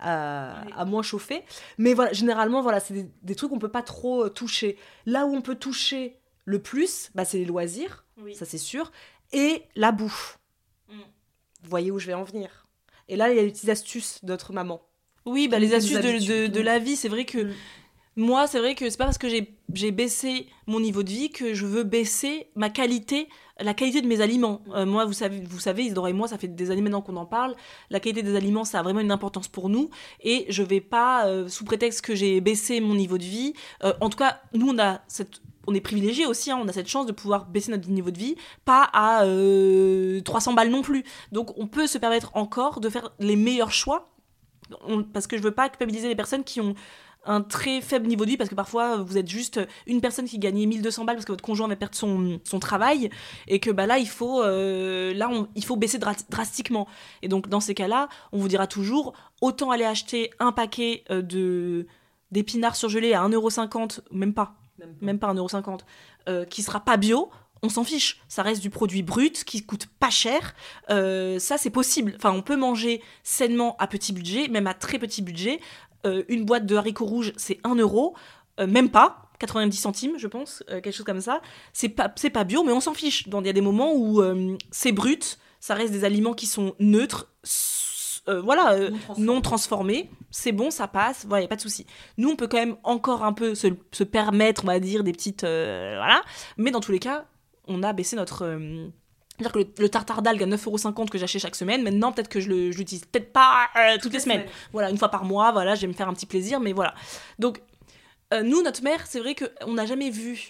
à, oui. à moins chauffer. Mais voilà, généralement, voilà, c'est des, des trucs qu'on peut pas trop toucher. Là où on peut toucher le plus, bah, c'est les loisirs, oui. ça c'est sûr, et la bouffe. Mm. Vous voyez où je vais en venir. Et là, il y a les petites astuces de notre maman. Oui, bah, les astuces de, de, de la vie, c'est vrai que... Mm. Moi, c'est vrai que c'est pas parce que j'ai, j'ai baissé mon niveau de vie que je veux baisser ma qualité, la qualité de mes aliments. Euh, moi, vous savez, vous savez, Isidore et moi, ça fait des années maintenant qu'on en parle. La qualité des aliments, ça a vraiment une importance pour nous. Et je vais pas, euh, sous prétexte que j'ai baissé mon niveau de vie, euh, en tout cas, nous, on a cette... On est privilégiés aussi, hein, on a cette chance de pouvoir baisser notre niveau de vie, pas à euh, trois cents balles non plus. Donc, on peut se permettre encore de faire les meilleurs choix, on, parce que je veux pas culpabiliser les personnes qui ont un très faible niveau de vie, parce que parfois vous êtes juste une personne qui gagnait mille deux cents balles parce que votre conjoint va perdre son, son travail, et que bah, là, il faut, euh, là on, il faut baisser dra- drastiquement. Et donc dans ces cas-là, on vous dira toujours, autant aller acheter un paquet euh, de, d'épinards surgelés à un euro cinquante, même pas, même pas, même pas un euro cinquante, euh, qui sera pas bio. On s'en fiche, ça reste du produit brut qui coûte pas cher, euh, ça c'est possible. Enfin, on peut manger sainement à petit budget, même à très petit budget. Euh, une boîte de haricots rouges, c'est un euro, euh, même pas, quatre-vingt-dix centimes, je pense, euh, quelque chose comme ça. C'est pas, c'est pas bio, mais on s'en fiche. Il y a des moments où euh, c'est brut, ça reste des aliments qui sont neutres, euh, voilà, euh, non, transformés. non transformés, c'est bon, ça passe, il voilà, n'y a pas de souci. Nous, on peut quand même encore un peu se, se permettre, on va dire, des petites... Euh, voilà, mais dans tous les cas, on a baissé notre... Euh, c'est-à-dire que le, le tartare d'algues à neuf euros cinquante que j'achète chaque semaine, maintenant peut-être que je, le, je l'utilise peut-être pas euh, toutes, toutes les semaines. semaines. Voilà, une fois par mois, voilà, je vais me faire un petit plaisir, mais voilà. Donc, euh, nous, notre mère, c'est vrai qu'on n'a jamais vu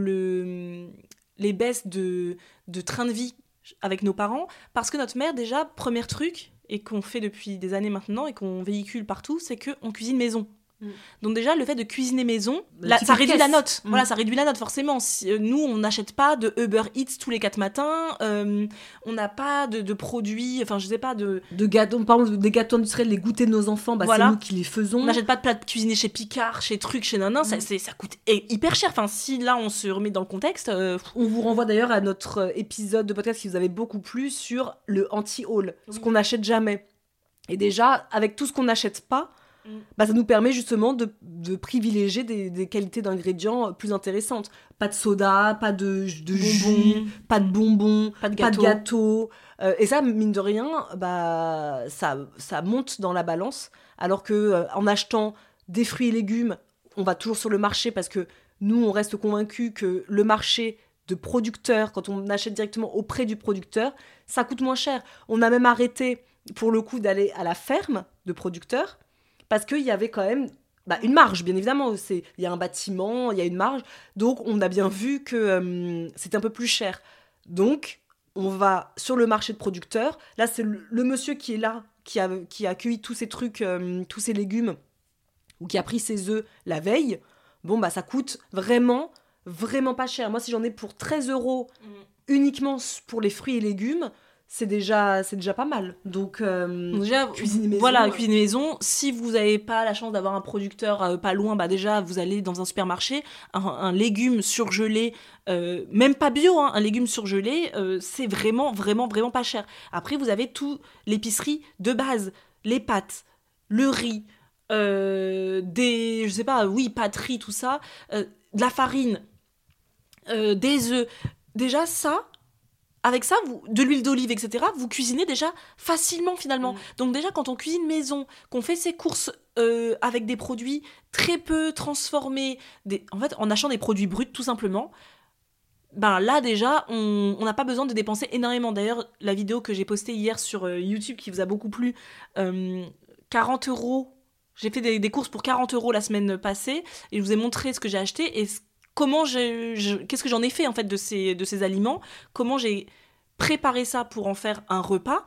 le, les baisses de, de train de vie avec nos parents, parce que notre mère, déjà, premier truc, et qu'on fait depuis des années maintenant, et qu'on véhicule partout, c'est qu'on cuisine maison. Mm. Donc déjà le fait de cuisiner maison, là, ça réduit caisse. la note. Mm. Voilà, ça réduit la note forcément. Si, euh, nous, on n'achète pas de Uber Eats tous les quatre matins. Euh, on n'a pas de, de produits, enfin je sais pas de de gâteaux, par exemple des gâteaux industriels, les goûters de nos enfants. Bah voilà. C'est nous qui les faisons. On n'achète pas de plats cuisinés chez Picard, chez Truc, chez Nanin. Mm. Ça, c'est, ça coûte hyper cher. Enfin si là on se remet dans le contexte. Euh... On vous renvoie d'ailleurs à notre épisode de podcast qui vous avait beaucoup plu sur le anti-haul, oui. ce qu'on n'achète jamais. Et déjà avec tout ce qu'on n'achète pas. Bah, ça nous permet justement de, de privilégier des, des qualités d'ingrédients plus intéressantes. Pas de soda, pas de, de jus, pas de bonbons, pas de gâteau. Pas de gâteau. Euh, et ça, mine de rien, bah, ça, ça monte dans la balance. Alors qu'en euh, achetant des fruits et légumes, on va toujours sur le marché parce que nous, on reste convaincus que le marché de producteurs, quand on achète directement auprès du producteur, ça coûte moins cher. On a même arrêté, pour le coup, d'aller à la ferme de producteurs. Parce qu'il y avait quand même bah, une marge, bien évidemment. Il y a un bâtiment, il y a une marge. Donc, on a bien vu que euh, c'était un peu plus cher. Donc, on va sur le marché de producteurs. Là, c'est le, le monsieur qui est là, qui a, qui a cueilli tous ces trucs, euh, tous ces légumes, ou qui a pris ses œufs la veille, bon, bah ça coûte vraiment, vraiment pas cher. Moi, si j'en ai pour treize euros mmh. uniquement pour les fruits et légumes, c'est déjà, c'est déjà pas mal. Donc, euh, déjà, cuisiner maison. Voilà, ouais. cuisiner maison. Si vous n'avez pas la chance d'avoir un producteur euh, pas loin, bah déjà, vous allez dans un supermarché, un, un légume surgelé, euh, même pas bio, hein, un légume surgelé, euh, c'est vraiment, vraiment, vraiment pas cher. Après, vous avez tout l'épicerie de base, les pâtes, le riz, Euh, des, je sais pas, oui, pâterie, tout ça, euh, de la farine, euh, des œufs. Déjà, ça, avec ça, vous, de l'huile d'olive, et cetera, vous cuisinez déjà facilement, finalement. Mmh. Donc déjà, quand on cuisine maison, qu'on fait ses courses euh, avec des produits très peu transformés, des, en fait, en achetant des produits bruts, tout simplement, ben là, déjà, on n'a pas besoin de dépenser énormément. D'ailleurs, la vidéo que j'ai postée hier sur euh, YouTube, qui vous a beaucoup plu, euh, quarante euros. J'ai fait des, des courses pour quarante euros la semaine passée et je vous ai montré ce que j'ai acheté et ce, comment j'ai, je, qu'est-ce que j'en ai fait en fait de ces, de ces aliments, comment j'ai préparé ça pour en faire un repas.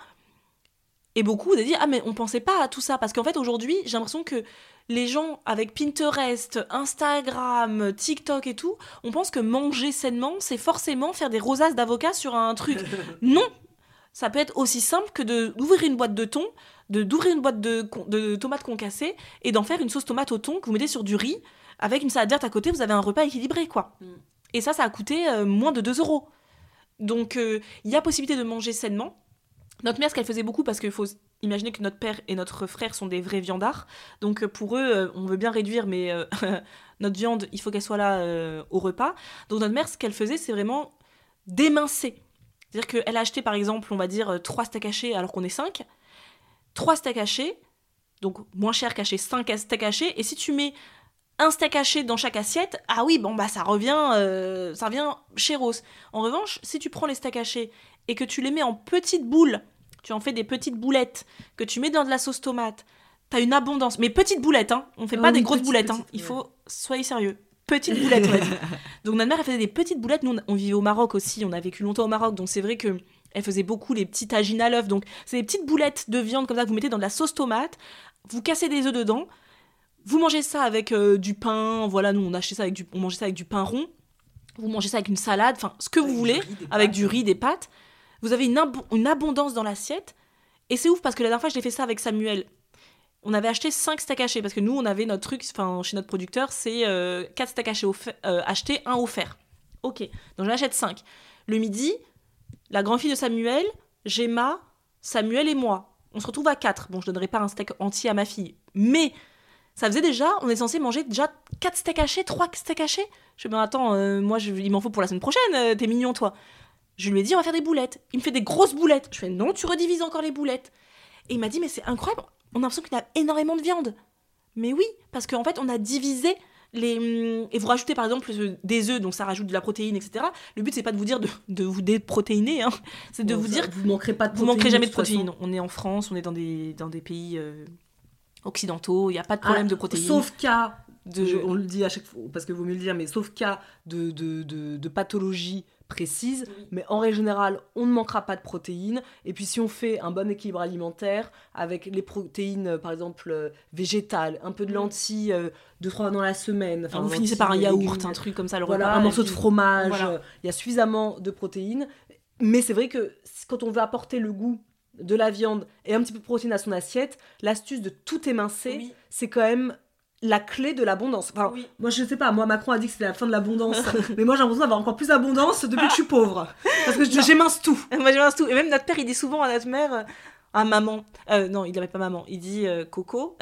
Et beaucoup ont dit « Ah mais on pensait pas à tout ça » parce qu'en fait aujourd'hui j'ai l'impression que les gens avec Pinterest, Instagram, TikTok et tout, on pense que manger sainement c'est forcément faire des rosasses d'avocat sur un truc. Non, ça peut être aussi simple que de, d'ouvrir une boîte de thon, de, d'ouvrir une boîte de, de tomates concassées et d'en faire une sauce tomate au thon que vous mettez sur du riz avec une salade verte à côté, vous avez un repas équilibré, quoi. Mm. Et ça, ça a coûté euh, moins de deux euros. Donc, il euh, y a possibilité de manger sainement. Notre mère, ce qu'elle faisait beaucoup, parce qu'il faut imaginer que notre père et notre frère sont des vrais viandards. Donc, pour eux, euh, on veut bien réduire, mais euh, notre viande, il faut qu'elle soit là euh, au repas. Donc, notre mère, ce qu'elle faisait, c'est vraiment d'émincer. C'est-à-dire qu'elle a acheté, par exemple, on va dire, trois steaks hachés alors qu'on est cinq. trois steaks hachés, donc moins cher qu'acheter cinq steaks hachés. Et si tu mets un steak haché dans chaque assiette, ah oui, bon bah ça revient, euh, ça revient chéros. En revanche, si tu prends les steaks hachés et que tu les mets en petites boules, tu en fais des petites boulettes, que tu mets dans de la sauce tomate, t'as une abondance. Mais petites boulettes, hein, on fait oh, pas des grosses petite, boulettes, petite, hein. Il ouais. faut, soyez sérieux. Petites boulettes, on va dire. Donc notre mère, elle faisait des petites boulettes. Nous, on, on vivait au Maroc aussi, on a vécu longtemps au Maroc, donc c'est vrai que elle faisait beaucoup les petits tagines à l'œuf. Donc c'est des petites boulettes de viande comme ça que vous mettez dans de la sauce tomate, vous cassez des œufs dedans, vous mangez ça avec euh, du pain. Voilà, nous on achetait ça avec du, on mangeait ça avec du pain rond. Vous mangez ça avec une salade, enfin ce que avec vous voulez, du avec pâtes. Du riz, des pâtes. Vous avez une, ab- une abondance dans l'assiette. Et c'est ouf parce que la dernière fois, je l'ai fait ça avec Samuel. On avait acheté cinq steaks hachés parce que nous, on avait notre truc, enfin, chez notre producteur, c'est euh, quatre steaks hachés offer, euh, achetés, un offert. Ok, donc j'en achète cinq. Le midi, la grande-fille de Samuel, Gemma, Samuel et moi. On se retrouve à quatre. Bon, je donnerai pas un steak entier à ma fille, mais ça faisait déjà, on est censé manger déjà quatre steaks hachés, trois steaks hachés. Je me dis, attends, euh, moi, je, il m'en faut pour la semaine prochaine, euh, t'es mignon, toi. Je lui ai dit, on va faire des boulettes. Il me fait des grosses boulettes. Je fais, non, tu redivises encore les boulettes. Et il m'a dit, mais c'est incroyable. On a l'impression qu'il y a énormément de viande. Mais oui, parce qu'en fait, on a divisé les... Et vous rajoutez, par exemple, des œufs, donc ça rajoute de la protéine, et cetera. Le but, c'est pas de vous dire de, de vous déprotéiner, hein. C'est de bon, vous ça, dire... Vous manquerez pas de protéines. Vous manquerez jamais de, de protéines. Façon. On est en France, on est dans des, dans des pays euh, occidentaux, il n'y a pas de problème ah, de protéines. Sauf cas, de, je, on le dit à chaque fois, parce que vaut mieux le dire, mais sauf cas de, de, de, de pathologie précise, oui. Mais en règle générale, on ne manquera pas de protéines. Et puis si on fait un bon équilibre alimentaire, avec les protéines, par exemple, euh, végétales, un peu de lentilles, euh, deux, trois fois dans la semaine. Enfin, vous finissez par un yaourt, légumes, un truc comme ça, le voilà, repas. Un morceau puis, de fromage, il voilà. euh, y a suffisamment de protéines. Mais c'est vrai que quand on veut apporter le goût de la viande et un petit peu de protéines à son assiette, l'astuce de tout émincer, oui. C'est quand même... la clé de l'abondance. Enfin, oui. Moi, je sais pas, moi, Macron a dit que c'était la fin de l'abondance. Mais moi, j'ai l'impression d'avoir encore plus d'abondance depuis que je suis pauvre. Parce que je, j'émince tout. Moi, j'émince tout. Et même notre père, il dit souvent à notre mère, euh, à maman, euh, non, il n'appelle pas maman, il dit euh, Coco.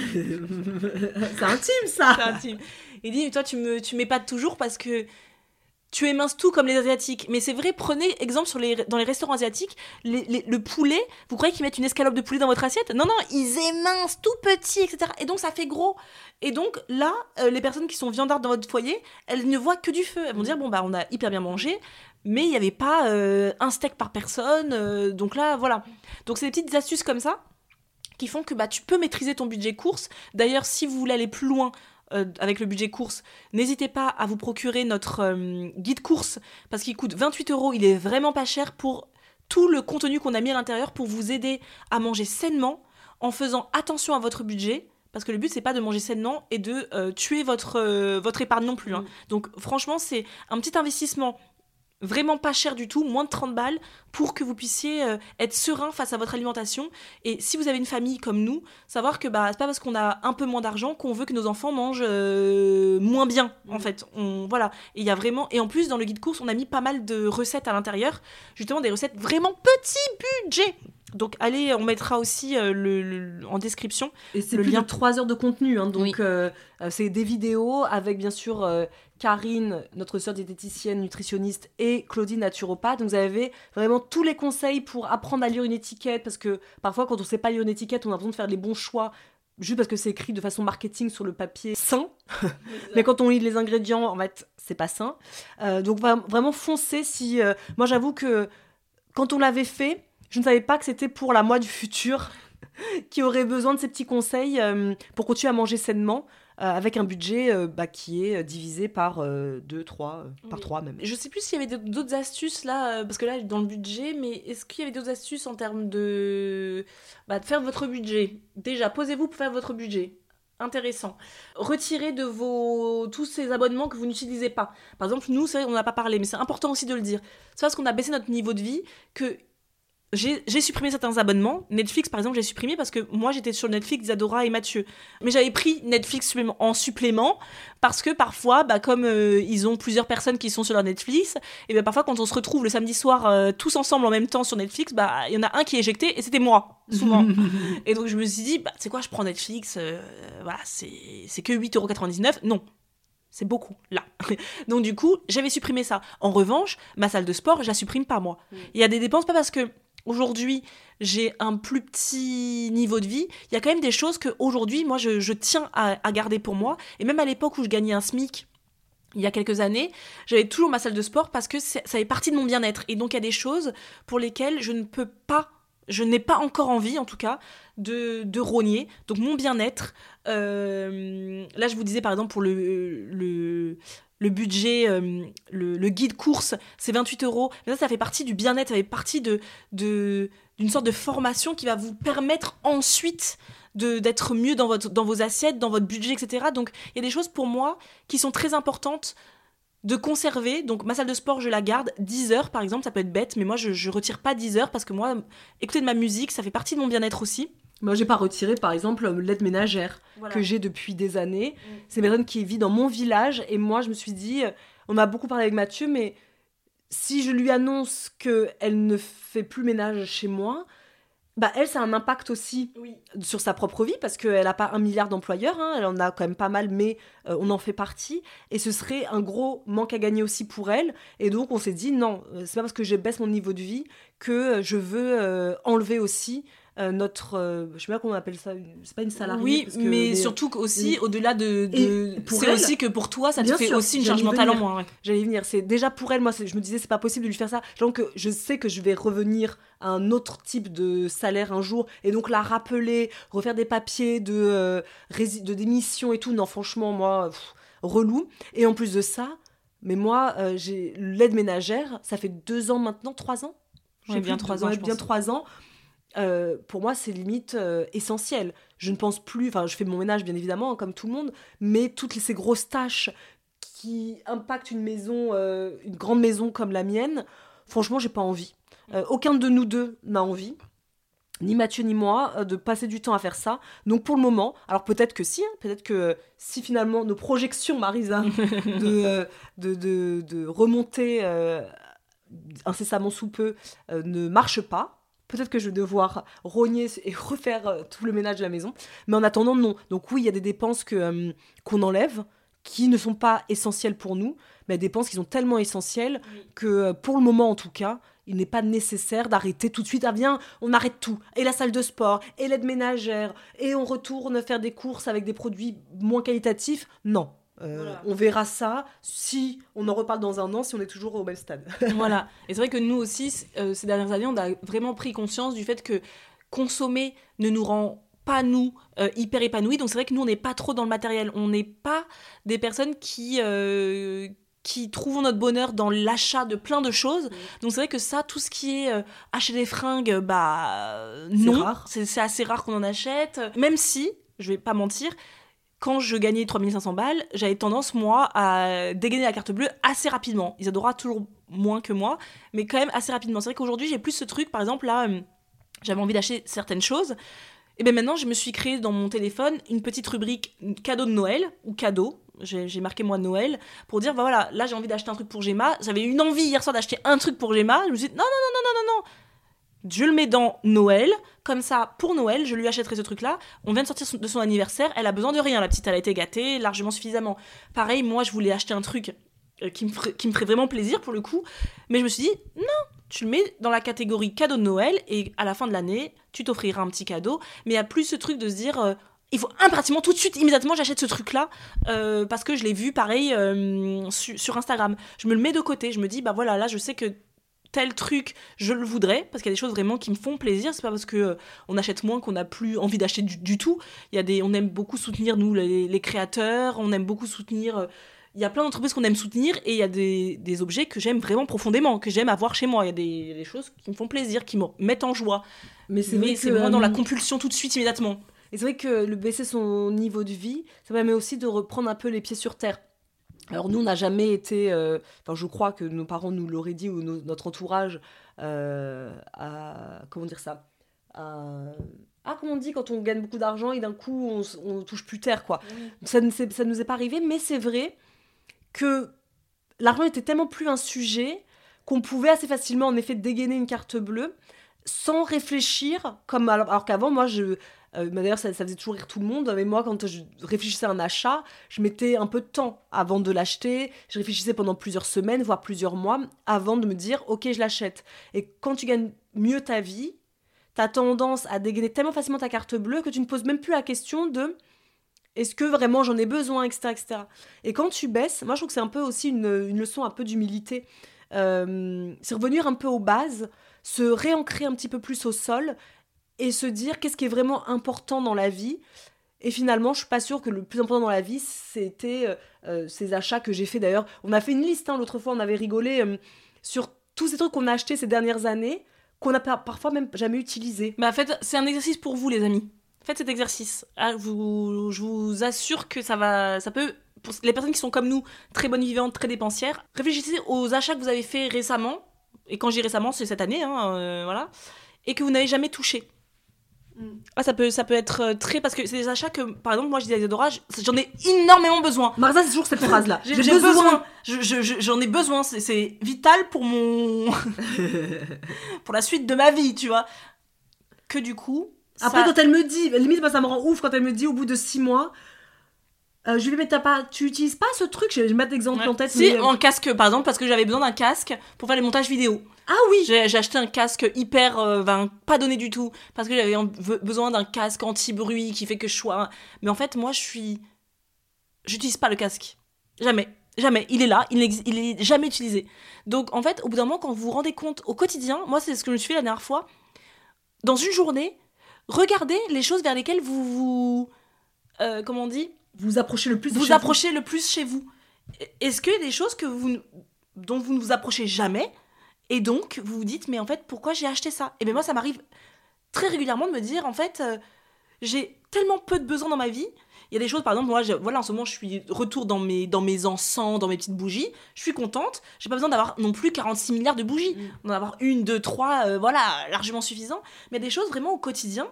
C'est intime, ça. C'est intime. Il dit, toi, tu me, tu m'épates toujours parce que tu éminces tout comme les Asiatiques. Mais c'est vrai, prenez exemple sur les, dans les restaurants asiatiques, les, les, le poulet, vous croyez qu'ils mettent une escalope de poulet dans votre assiette ? Non, non, ils émincent tout petit, et cetera. Et donc, ça fait gros. Et donc, là, euh, les personnes qui sont viandardes dans votre foyer, elles ne voient que du feu. Elles vont dire, bon, bah, on a hyper bien mangé, mais il n'y avait pas euh, un steak par personne. Euh, donc là, voilà. Donc, c'est des petites astuces comme ça qui font que bah, tu peux maîtriser ton budget course. D'ailleurs, si vous voulez aller plus loin, Euh, avec le budget course, n'hésitez pas à vous procurer notre euh, guide course parce qu'il coûte vingt-huit euros, il est vraiment pas cher pour tout le contenu qu'on a mis à l'intérieur pour vous aider à manger sainement, en faisant attention à votre budget. Parce que le but, c'est pas de manger sainement et de euh, tuer votre, euh, votre épargne non plus. Hein. Mmh. Donc, franchement, c'est un petit investissement vraiment pas cher du tout, moins de trente balles, pour que vous puissiez euh, être serein face à votre alimentation. Et si vous avez une famille comme nous, savoir que bah, c'est pas parce qu'on a un peu moins d'argent qu'on veut que nos enfants mangent euh, moins bien, en mmh. fait. On, voilà. Et il y a vraiment... Et en plus, dans le guide course, on a mis pas mal de recettes à l'intérieur, justement des recettes vraiment petit budget. Donc allez, on mettra aussi euh, le, le, en description et c'est le plus lien. de trois heures de contenu, hein, donc oui. euh, c'est des vidéos avec bien sûr euh, Karine, notre sœur diététicienne, nutritionniste, et Claudine, naturopathe. Donc vous avez vraiment tous les conseils pour apprendre à lire une étiquette, parce que parfois quand on ne sait pas lire une étiquette, on a besoin de faire les bons choix, juste parce que c'est écrit de façon marketing sur le papier sain. Mais quand on lit les ingrédients, en fait, c'est pas sain. Euh, donc vraiment foncez si... Euh, moi j'avoue que quand on l'avait fait, je ne savais pas que c'était pour la moi du futur qui aurait besoin de ces petits conseils euh, pour continuer à manger sainement euh, avec un budget euh, bah, qui est divisé par euh, deux, trois, euh, par trois même. Je ne sais plus s'il y avait d'autres astuces là, euh, parce que là, dans le budget, mais est-ce qu'il y avait d'autres astuces en termes de... Bah, de faire votre budget ? Déjà, posez-vous pour faire votre budget. Intéressant. Retirez de vos tous ces abonnements que vous n'utilisez pas. Par exemple, nous, c'est vrai, on n'en a pas parlé, mais c'est important aussi de le dire. C'est parce qu'on a baissé notre niveau de vie que... J'ai, j'ai supprimé certains abonnements. Netflix, par exemple, j'ai supprimé parce que moi, j'étais sur Netflix, Isadora et Mathieu. Mais j'avais pris Netflix en supplément parce que parfois, bah, comme euh, ils ont plusieurs personnes qui sont sur leur Netflix, et bah, parfois, quand on se retrouve le samedi soir euh, tous ensemble en même temps sur Netflix, bah, il y en a un qui est éjecté et c'était moi, souvent. Et donc, je me suis dit, bah, tu sais quoi, je prends Netflix, euh, voilà, c'est, c'est que huit euros quatre-vingt-dix-neuf. Non. C'est beaucoup, là. Donc, du coup, j'avais supprimé ça. En revanche, ma salle de sport, je la supprime pas, moi. Il mmh. y a des dépenses, pas parce que aujourd'hui, j'ai un plus petit niveau de vie. Il y a quand même des choses qu'aujourd'hui, moi, je, je tiens à, à garder pour moi. Et même à l'époque où je gagnais un SMIC, il y a quelques années, j'avais toujours ma salle de sport parce que ça fait partie de mon bien-être. Et donc, il y a des choses pour lesquelles je ne peux pas, je n'ai pas encore envie, en tout cas, de, de rogner. Donc, mon bien-être, euh, là, je vous disais, par exemple, pour le... le Le budget, euh, le, le guide course, c'est vingt-huit euros. Mais ça, ça fait partie du bien-être, ça fait partie de, de, d'une sorte de formation qui va vous permettre ensuite de, d'être mieux dans, votre, dans vos assiettes, dans votre budget, et cetera. Donc, il y a des choses pour moi qui sont très importantes de conserver. Donc, ma salle de sport, je la garde dix heures, par exemple. Ça peut être bête, mais moi, je ne retire pas dix heures parce que moi, écouter de ma musique, ça fait partie de mon bien-être aussi. Moi, j'ai pas retiré, par exemple, l'aide ménagère voilà. que j'ai depuis des années. Mmh. C'est une personne qui vit dans mon village. Et moi, je me suis dit, on a beaucoup parlé avec Mathieu, mais si je lui annonce qu'elle ne fait plus ménage chez moi, bah elle, ça a un impact aussi oui. sur sa propre vie, parce qu'elle n'a pas un milliard d'employeurs, hein, elle en a quand même pas mal, mais euh, on en fait partie. Et ce serait un gros manque à gagner aussi pour elle. Et donc, on s'est dit, non, c'est pas parce que je baisse mon niveau de vie que je veux euh, enlever aussi Euh, notre, euh, je sais pas comment on appelle ça, c'est pas une salariée. Oui, parce que, mais, mais surtout aussi, oui. au-delà de, de c'est elle, aussi que pour toi, ça te fait sûr, aussi une charge mentale en moins. Ouais. J'allais y venir. C'est déjà pour elle, moi, c'est, je me disais, c'est pas possible de lui faire ça. Genre que je sais que je vais revenir à un autre type de salaire un jour, et donc la rappeler, refaire des papiers de, euh, rési- de démission et tout. Non, franchement, moi, pff, relou. Et en plus de ça, mais moi, euh, j'ai l'aide ménagère, ça fait deux ans maintenant, trois ans. J'ai ouais, bien trois ans, ouais, je bien pense. trois ans. Euh, pour moi, c'est limite euh, essentiel. Je ne pense plus, enfin, je fais mon ménage bien évidemment, hein, comme tout le monde, mais toutes les, ces grosses tâches qui impactent une maison, euh, une grande maison comme la mienne, franchement, j'ai pas envie. Euh, aucun de nous deux n'a envie, ni Mathieu ni moi, euh, de passer du temps à faire ça. Donc pour le moment, alors peut-être que si, hein, peut-être que euh, si finalement nos projections, Marisa, de, euh, de, de, de remonter euh, incessamment sous peu, euh, ne marchent pas. Peut-être que je vais devoir rogner et refaire euh, tout le ménage de la maison. Mais en attendant, non. Donc oui, il y a des dépenses que, euh, qu'on enlève, qui ne sont pas essentielles pour nous, mais des dépenses qui sont tellement essentielles oui. que, euh, pour le moment en tout cas, il n'est pas nécessaire d'arrêter tout de suite. Ah viens, on arrête tout. Et la salle de sport, et l'aide ménagère, et on retourne faire des courses avec des produits moins qualitatifs. Non. Euh, voilà. On verra ça si on en reparle dans un an, si on est toujours au même stade. Voilà. Et c'est vrai que nous aussi, euh, ces dernières années, on a vraiment pris conscience du fait que consommer ne nous rend pas, nous, euh, hyper épanouis. Donc c'est vrai que nous, on n'est pas trop dans le matériel. On n'est pas des personnes qui... Euh, qui trouvons notre bonheur dans l'achat de plein de choses. Mmh. Donc c'est vrai que ça, tout ce qui est euh, acheter des fringues, bah non, c'est, rare. C'est, c'est assez rare qu'on en achète. Même si, je vais pas mentir, quand je gagnais trois mille cinq cents balles, j'avais tendance, moi, à dégainer la carte bleue assez rapidement. Isadora toujours moins que moi, mais quand même assez rapidement. C'est vrai qu'aujourd'hui, j'ai plus ce truc, par exemple, là, euh, j'avais envie d'acheter certaines choses. Et bien maintenant, je me suis créé dans mon téléphone une petite rubrique cadeau de Noël, ou cadeau, j'ai, j'ai marqué moi Noël, pour dire, bah voilà, là j'ai envie d'acheter un truc pour Gemma, j'avais une envie hier soir d'acheter un truc pour Gemma, je me suis dit, non, non, non, non, non, non, je le mets dans Noël, comme ça, pour Noël, je lui achèterai ce truc-là, on vient de sortir de son anniversaire, elle a besoin de rien, la petite, elle a été gâtée largement suffisamment. Pareil, moi je voulais acheter un truc qui me ferait, qui me ferait vraiment plaisir pour le coup, mais je me suis dit, non, tu le mets dans la catégorie cadeau de Noël, et à la fin de l'année, tu t'offriras un petit cadeau, mais il n'y a plus ce truc de se dire... Euh, il faut impérativement, tout de suite, immédiatement, j'achète ce truc-là euh, parce que je l'ai vu, pareil, euh, su- sur Instagram. Je me le mets de côté, je me dis, bah voilà, là, je sais que tel truc, je le voudrais, parce qu'il y a des choses vraiment qui me font plaisir. C'est pas parce qu'on euh, achète moins qu'on n'a plus envie d'acheter du, du tout. Il y a des, on aime beaucoup soutenir, nous, les, les créateurs, on aime beaucoup soutenir... Euh, il y a plein d'entreprises qu'on aime soutenir, et il y a des, des objets que j'aime vraiment profondément, que j'aime avoir chez moi. Il y a des, des choses qui me font plaisir, qui me mettent en joie. Mais c'est, Mais vrai c'est que, moins euh, dans la compulsion tout de suite, immédiatement. Et c'est vrai que le baisser son niveau de vie, ça permet aussi de reprendre un peu les pieds sur terre. Alors nous, on n'a jamais été... Euh, enfin, je crois que nos parents nous l'auraient dit, ou nos, notre entourage, euh, à... Comment dire ça à, Ah, comment on dit quand on gagne beaucoup d'argent et d'un coup, on, on touche plus terre, quoi. Oui. Ça ne ça nous est pas arrivé, mais c'est vrai que l'argent était tellement plus un sujet qu'on pouvait assez facilement, en effet, dégainer une carte bleue sans réfléchir, comme alors, alors qu'avant, moi, je... Euh, d'ailleurs, ça, ça faisait toujours rire tout le monde. Mais moi, quand je réfléchissais à un achat, je mettais un peu de temps avant de l'acheter. Je réfléchissais pendant plusieurs semaines, voire plusieurs mois, avant de me dire « Ok, je l'achète ». Et quand tu gagnes mieux ta vie, tu as tendance à dégainer tellement facilement ta carte bleue que tu ne poses même plus la question de « Est-ce que vraiment j'en ai besoin ?» et cetera, et cetera. Et quand tu baisses, moi, je trouve que c'est un peu aussi une, une leçon un peu d'humilité. Euh, c'est revenir un peu aux bases, se réancrer un petit peu plus au sol et se dire qu'est-ce qui est vraiment important dans la vie. Et finalement, je suis pas sûre que le plus important dans la vie, c'était euh, ces achats que j'ai fait. D'ailleurs, on a fait une liste, hein, l'autre fois, on avait rigolé euh, sur tous ces trucs qu'on a achetés ces dernières années, qu'on a par- parfois même jamais utilisés. Mais en fait, c'est un exercice pour vous, les amis. Faites cet exercice. Ah, vous, je vous assure que ça va, ça peut, pour les personnes qui sont comme nous, très bonnes vivantes, très dépensières, réfléchissez aux achats que vous avez faits récemment, et quand je dis récemment, c'est cette année, hein, euh, voilà, et que vous n'avez jamais touché. Ah, ça peut, ça peut être très... Parce que c'est des achats que, par exemple, moi, je dis à Isadora, j'en ai énormément besoin. Marza, c'est toujours cette phrase-là. J'ai, j'ai, j'ai besoin. besoin. Je, je, je, j'en ai besoin. C'est, c'est vital pour mon... pour la suite de ma vie, tu vois. Que du coup... Après, ça... quand elle me dit... Limite, moi, ça me rend ouf quand elle me dit, au bout de six mois... Euh, je lui dis, mais t'as pas, tu utilises pas ce truc? Je vais mettre l'exemple ouais. en tête. Si, mais... en casque, par exemple, parce que j'avais besoin d'un casque pour faire les montages vidéo. Ah oui! J'ai, j'ai acheté un casque hyper, euh, ben, pas donné du tout, parce que j'avais besoin d'un casque anti-bruit qui fait que je sois... Mais en fait, moi, je suis... J'utilise pas le casque. Jamais. Jamais. Il est là, il, il est jamais utilisé. Donc, en fait, au bout d'un moment, quand vous vous rendez compte au quotidien, moi, c'est ce que je me suis fait la dernière fois, dans une journée, regardez les choses vers lesquelles vous vous... Euh, comment on dit? Vous approchez le plus vous approchez vous. le plus chez vous. Est-ce qu'il y a des choses que vous, dont vous ne vous approchez jamais, et donc vous vous dites mais en fait pourquoi j'ai acheté ça? Et bien moi ça m'arrive très régulièrement de me dire en fait euh, j'ai tellement peu de besoins dans ma vie. Il y a des choses, par exemple moi je, voilà, en ce moment je suis retour dans mes, dans mes encens, dans mes petites bougies, je suis contente, j'ai pas besoin d'avoir non plus quarante-six milliards de bougies, mmh. d'en avoir une, deux, trois, euh, voilà, largement suffisant, mais il y a des choses vraiment au quotidien.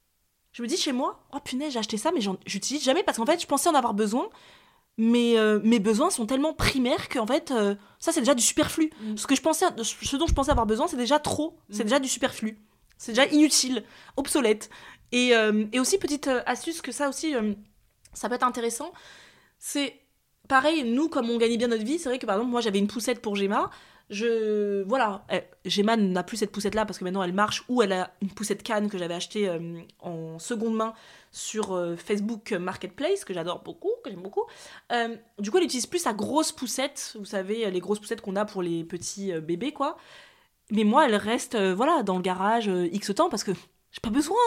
Je me dis chez moi, oh punaise, j'ai acheté ça, mais j'en, j'utilise jamais parce qu'en fait, je pensais en avoir besoin, mais euh, mes besoins sont tellement primaires qu'en fait, euh, ça c'est déjà du superflu. Mm. Ce que je pensais, ce dont je pensais avoir besoin, c'est déjà trop, mm. c'est déjà du superflu, c'est déjà inutile, obsolète. Et, euh, et aussi petite euh, astuce que ça aussi, euh, ça peut être intéressant, c'est pareil, nous comme on gagnait bien notre vie, c'est vrai que par exemple moi j'avais une poussette pour Gemma. Je voilà, elle, Gemma n'a plus cette poussette là parce que maintenant elle marche, ou elle a une poussette canne que j'avais achetée euh, en seconde main sur euh, Facebook Marketplace, que j'adore beaucoup, que j'aime beaucoup. Euh, du coup elle utilise plus sa grosse poussette, vous savez les grosses poussettes qu'on a pour les petits euh, bébés quoi. Mais moi elle reste euh, voilà dans le garage euh, X temps parce que j'ai pas besoin,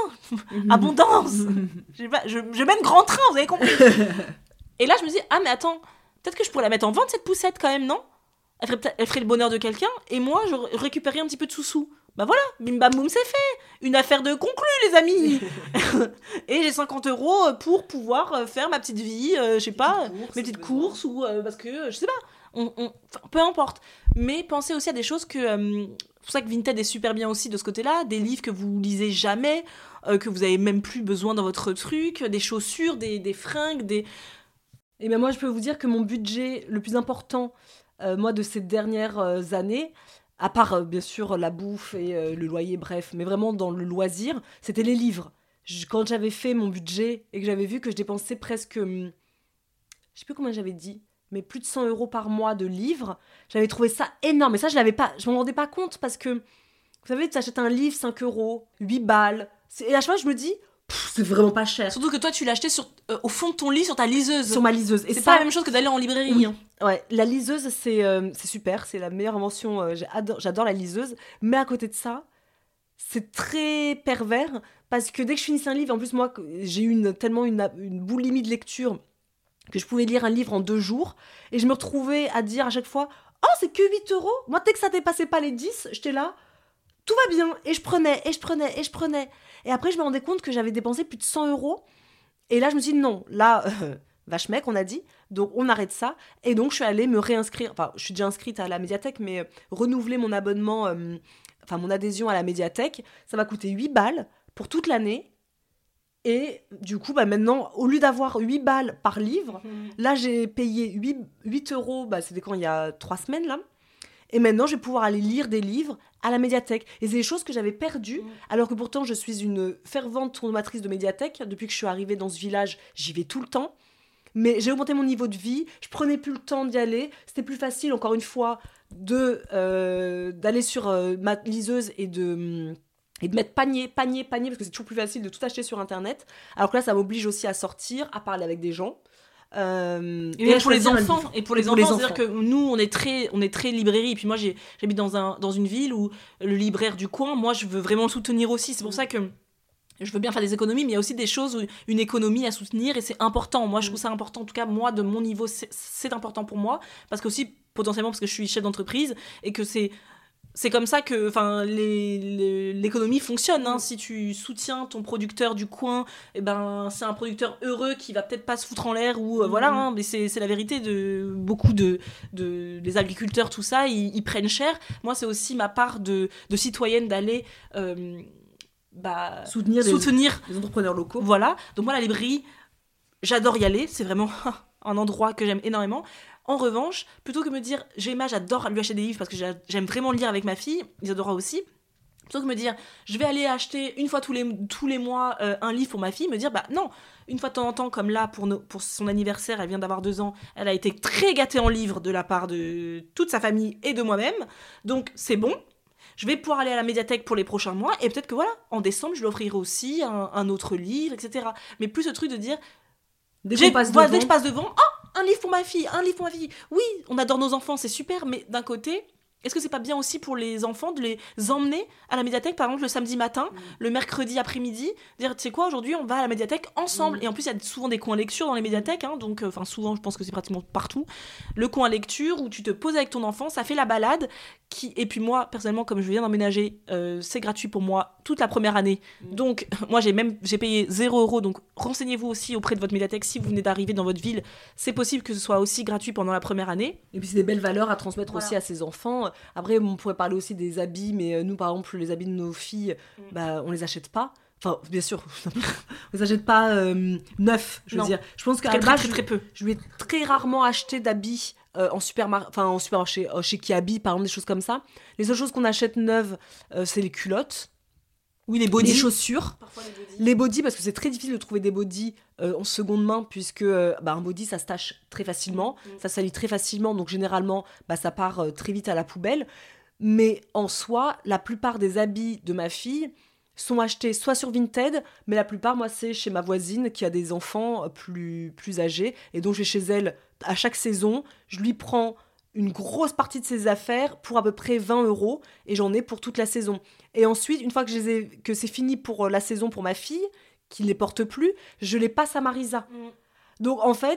abondance. j'ai pas, je, je mène grand train, vous avez compris. Et là je me dis ah mais attends, peut-être que je pourrais la mettre en vente, cette poussette, quand même, non ? elle ferait, elle ferait le bonheur de quelqu'un, et moi, je récupérerais un petit peu de sous-sous. Bah voilà, bim bam boum, c'est fait. Une affaire de conclue, les amis. Et j'ai cinquante euros pour pouvoir faire ma petite vie, euh, je sais pas, courses, mes petites courses, ou euh, parce que, je sais pas, on, on, peu importe. Mais pensez aussi à des choses que... Euh, c'est pour ça que Vinted est super bien aussi de ce côté-là, des livres que vous lisez jamais, euh, que vous avez même plus besoin dans votre truc, des chaussures, des, des fringues, des... Et bien moi, je peux vous dire que mon budget le plus important, euh, moi, de ces dernières euh, années... à part, euh, bien sûr, la bouffe et euh, le loyer, bref, mais vraiment dans le loisir, c'était les livres. Je, quand j'avais fait mon budget et que j'avais vu que je dépensais presque, hum, je sais plus combien j'avais dit, mais plus de cent euros par mois de livres, j'avais trouvé ça énorme. Et ça, je l'avais pas, je m'en rendais pas compte parce que, vous savez, tu achètes un livre, cinq euros, huit balles. Et à chaque fois, je me dis, c'est vraiment pas cher. Surtout que toi, tu l'as acheté sur, euh, au fond de ton lit, sur ta liseuse. Sur ma liseuse. Et c'est ça... pas la même chose que d'aller en librairie. Oui. Hein. Ouais, la liseuse, c'est, euh, c'est super. C'est la meilleure invention. Euh, j'adore, j'adore la liseuse. Mais à côté de ça, c'est très pervers. Parce que dès que je finissais un livre, en plus, moi, j'ai eu une, tellement une, une boulimie de lecture que je pouvais lire un livre en deux jours. Et je me retrouvais à dire à chaque fois, oh, c'est que huit euros. Moi, dès que ça dépassait pas les dix, j'étais là. Tout va bien. Et je prenais, et je prenais, et je prenais. Et après, je me rendais compte que j'avais dépensé plus de cent euros. Et là, je me suis dit, non, là, euh, vache mec, on a dit. Donc, on arrête ça. Et donc, je suis allée me réinscrire. Enfin, je suis déjà inscrite à la médiathèque, mais euh, renouveler mon abonnement, euh, enfin, mon adhésion à la médiathèque, ça va coûter huit balles pour toute l'année. Et du coup, bah, maintenant, au lieu d'avoir huit balles par livre, mmh. là, j'ai payé huit, huit euros, bah, c'était quand il y a trois semaines, là. Et maintenant, je vais pouvoir aller lire des livres à la médiathèque. Et c'est des choses que j'avais perdues, mmh. alors que pourtant, je suis une fervente consommatrice de médiathèque. Depuis que je suis arrivée dans ce village, j'y vais tout le temps. Mais j'ai augmenté mon niveau de vie, je prenais plus le temps d'y aller. C'était plus facile, encore une fois, de, euh, d'aller sur euh, ma liseuse et de... et de mettre panier, panier, panier, parce que c'est toujours plus facile de tout acheter sur Internet. Alors que là, ça m'oblige aussi à sortir, à parler avec des gens. Euh, et, et pour les enfants et pour les, et pour enfants, les enfants c'est-à-dire que nous on est très on est très librairie, et puis moi j'ai, j'habite dans un dans une ville où le libraire du coin, moi je veux vraiment le soutenir aussi, c'est pour mmh. ça que je veux bien faire des économies, mais il y a aussi des choses où une économie à soutenir, et c'est important. Moi, je trouve ça important, en tout cas, moi, de mon niveau, c'est, c'est important pour moi, parce que aussi, potentiellement, parce que je suis chef d'entreprise, et que c'est C'est comme ça que les, les, l'économie fonctionne. Hein. Si tu soutiens ton producteur du coin, eh ben, c'est un producteur heureux qui va peut-être pas se foutre en l'air. Ou, euh, mmh. voilà, hein, mais c'est, c'est la vérité de beaucoup de, de les agriculteurs, tout ça, ils, ils prennent cher. Moi, c'est aussi ma part de, de citoyenne d'aller euh, bah, soutenir, soutenir les, les entrepreneurs locaux. Voilà. Donc moi, la librairie, j'adore y aller. C'est vraiment un endroit que j'aime énormément. En revanche, plutôt que me dire, Gemma, j'adore lui acheter des livres parce que j'aime vraiment lire avec ma fille, Isadora aussi, plutôt que me dire, je vais aller acheter une fois tous les, tous les mois euh, un livre pour ma fille, me dire, bah non, une fois de temps en temps, comme là, pour, nos, pour son anniversaire, elle vient d'avoir deux ans, elle a été très gâtée en livres de la part de toute sa famille et de moi-même, donc c'est bon. Je vais pouvoir aller à la médiathèque pour les prochains mois, et peut-être que voilà, en décembre, je lui offrirai aussi un, un autre livre, et cetera. Mais plus ce truc de dire, dès, j'ai, passe voilà, dès que je passe devant, oh, un livre pour ma fille, un livre pour ma fille. Oui, on adore nos enfants, c'est super, mais d'un côté, est-ce que c'est pas bien aussi pour les enfants de les emmener à la médiathèque, par exemple, le samedi matin, mmh. le mercredi après-midi, dire, tu sais quoi, aujourd'hui, on va à la médiathèque ensemble. Mmh. Et en plus, il y a souvent des coins lecture dans les médiathèques, hein, donc, enfin, euh, souvent, je pense que c'est pratiquement partout. Le coin lecture où tu te poses avec ton enfant, ça fait la balade. Qui... Et puis moi, personnellement, comme je viens d'emménager, euh, c'est gratuit pour moi toute la première année. Mmh. Donc, moi, j'ai même j'ai payé zéro euro. Donc, renseignez-vous aussi auprès de votre médiathèque. Si vous venez d'arriver dans votre ville, c'est possible que ce soit aussi gratuit pendant la première année. Et puis, c'est des belles valeurs à transmettre voilà. aussi à ses enfants. Après, on pourrait parler aussi des habits, mais nous, par exemple, les habits de nos filles, mmh. bah, on les achète pas. Enfin, bien sûr, on les achète pas euh, neufs, je veux non. dire. Je pense qu'à très, très, très, très peu. Je lui ai très rarement acheté d'habits euh, en, supermar- enfin, en supermarché, euh, chez Kiabi, par exemple, des choses comme ça. Les seules choses qu'on achète neuves, euh, c'est les culottes. Oui, les bodys. Les chaussures. Parfois les bodys. Les bodys, parce que c'est très difficile de trouver des bodys euh, en seconde main, puisque euh, bah, un body, ça se tâche très facilement, mmh. ça salit très facilement, donc généralement, bah, ça part euh, très vite à la poubelle. Mais en soi, la plupart des habits de ma fille sont achetés soit sur Vinted, mais la plupart, moi, c'est chez ma voisine qui a des enfants plus, plus âgés, et donc je vais chez elle à chaque saison, je lui prends une grosse partie de ses affaires pour à peu près vingt euros, et j'en ai pour toute la saison. Et ensuite, une fois que, je les ai, que c'est fini pour la saison pour ma fille, qui ne les porte plus, je les passe à Marisa. Mmh. Donc, en fait,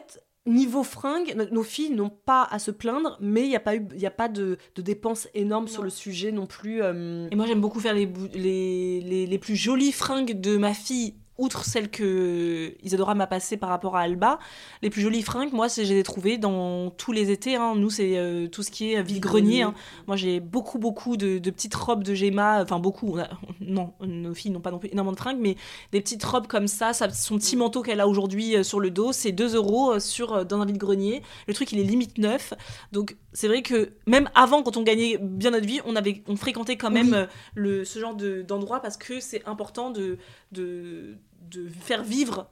niveau fringues, nos filles n'ont pas à se plaindre, mais il n'y a pas, eu, y a pas de, de dépenses énormes non. sur le sujet non plus. Euh... Et moi, j'aime beaucoup faire les, les, les, les plus jolies fringues de ma fille, outre celles que Isadora m'a passées par rapport à Alba. Les plus jolies fringues, moi, c'est, je les ai trouvées dans tous les étés. Hein. Nous, c'est euh, tout ce qui est vide-grenier. Hein. Moi, j'ai beaucoup, beaucoup de, de petites robes de Gemma. Enfin, beaucoup. On a, non, nos filles n'ont pas non plus énormément de fringues, mais des petites robes comme ça. ça son petit manteau qu'elle a aujourd'hui euh, sur le dos, c'est deux euros sur, euh, dans un vide-grenier. Le truc, il est limite neuf. Donc, c'est vrai que même avant, quand on gagnait bien notre vie, on, avait, on fréquentait quand même oui. euh, le, ce genre de, d'endroit parce que c'est important de... de de faire vivre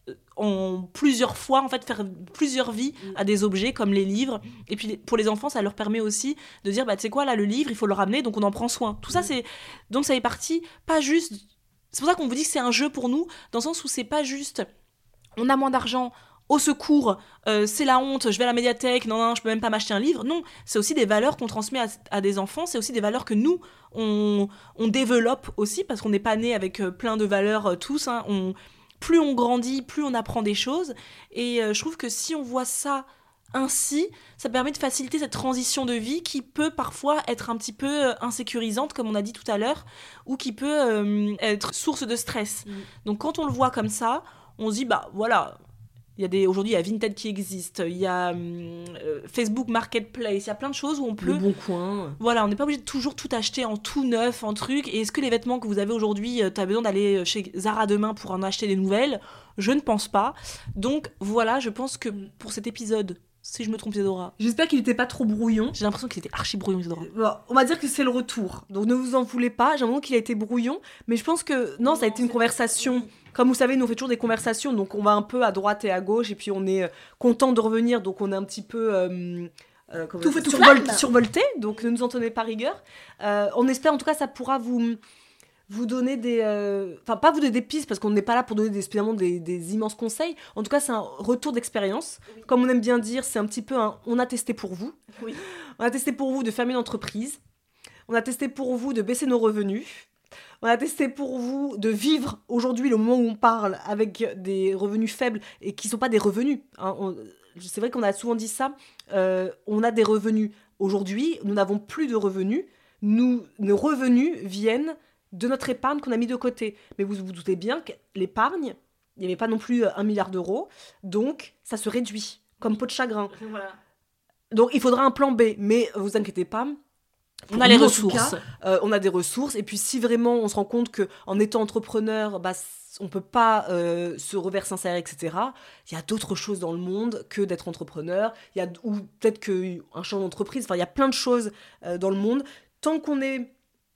en plusieurs fois, en fait, faire plusieurs vies à des objets comme les livres. Et puis, pour les enfants, ça leur permet aussi de dire, bah, tu sais quoi, là, le livre, il faut le ramener, donc on en prend soin. Tout ça, c'est... Donc, ça est parti, pas juste... C'est pour ça qu'on vous dit que c'est un jeu pour nous, dans le sens où c'est pas juste... On a moins d'argent, au secours, euh, c'est la honte, je vais à la médiathèque, non, non, je peux même pas m'acheter un livre. Non, c'est aussi des valeurs qu'on transmet à, à des enfants, c'est aussi des valeurs que nous, on, on développe aussi, parce qu'on n'est pas né avec euh, plein de valeurs euh, tous. Hein, on, plus on grandit, plus on apprend des choses. Et euh, je trouve que si on voit ça ainsi, ça permet de faciliter cette transition de vie qui peut parfois être un petit peu euh, insécurisante, comme on a dit tout à l'heure, ou qui peut euh, être source de stress. Mmh. Donc quand on le voit comme ça, on se dit, bah voilà... Il y a des, aujourd'hui, il y a Vinted qui existe, il y a euh, Facebook Marketplace, il y a plein de choses où on peut... Le Bon Coin. Voilà, on n'est pas obligé de toujours tout acheter en tout neuf, en truc. Et est-ce que les vêtements que vous avez aujourd'hui, euh, tu as besoin d'aller chez Zara demain pour en acheter des nouvelles ? Je ne pense pas. Donc voilà, je pense que pour cet épisode, si je me trompe, Isadora... J'espère qu'il n'était pas trop brouillon. J'ai l'impression qu'il était archi brouillon, Isadora. Bon, on va dire que c'est le retour. Donc ne vous en voulez pas, j'ai l'impression qu'il a été brouillon. Mais je pense que, non, non ça a été une conversation... Comme vous savez, nous on fait toujours des conversations, donc on va un peu à droite et à gauche, et puis on est euh, content de revenir, donc on est un petit peu euh, euh, tout fait tout survol- survolté, donc ne nous en tenez pas rigueur. Euh, on espère en tout cas ça pourra vous, vous donner des... Enfin, euh, pas vous donner des pistes, parce qu'on n'est pas là pour donner des, spécialement des, des immenses conseils. En tout cas, c'est un retour d'expérience. Oui. Comme on aime bien dire, c'est un petit peu un... On a testé pour vous. Oui. On a testé pour vous de fermer une entreprise. On a testé pour vous de baisser nos revenus. On a testé pour vous de vivre aujourd'hui, le moment où on parle, avec des revenus faibles et qui ne sont pas des revenus. Hein. On, c'est vrai qu'on a souvent dit ça. Euh, on a des revenus aujourd'hui, nous n'avons plus de revenus. Nous, nos revenus viennent de notre épargne qu'on a mis de côté. Mais vous vous doutez bien que l'épargne, il n'y avait pas non plus un milliard d'euros. Donc, ça se réduit, comme peau de chagrin. Voilà. Donc, il faudra un plan B. Mais vous inquiétez pas. On a les ressources. Cas, euh, on a des ressources. Et puis, si vraiment on se rend compte qu'en étant entrepreneur, bah, on ne peut pas euh, se reverser un salaire, et cetera, il y a d'autres choses dans le monde que d'être entrepreneur. Il y a, ou peut-être qu'un champ d'entreprise. Enfin, il y a plein de choses euh, dans le monde. Tant qu'on est,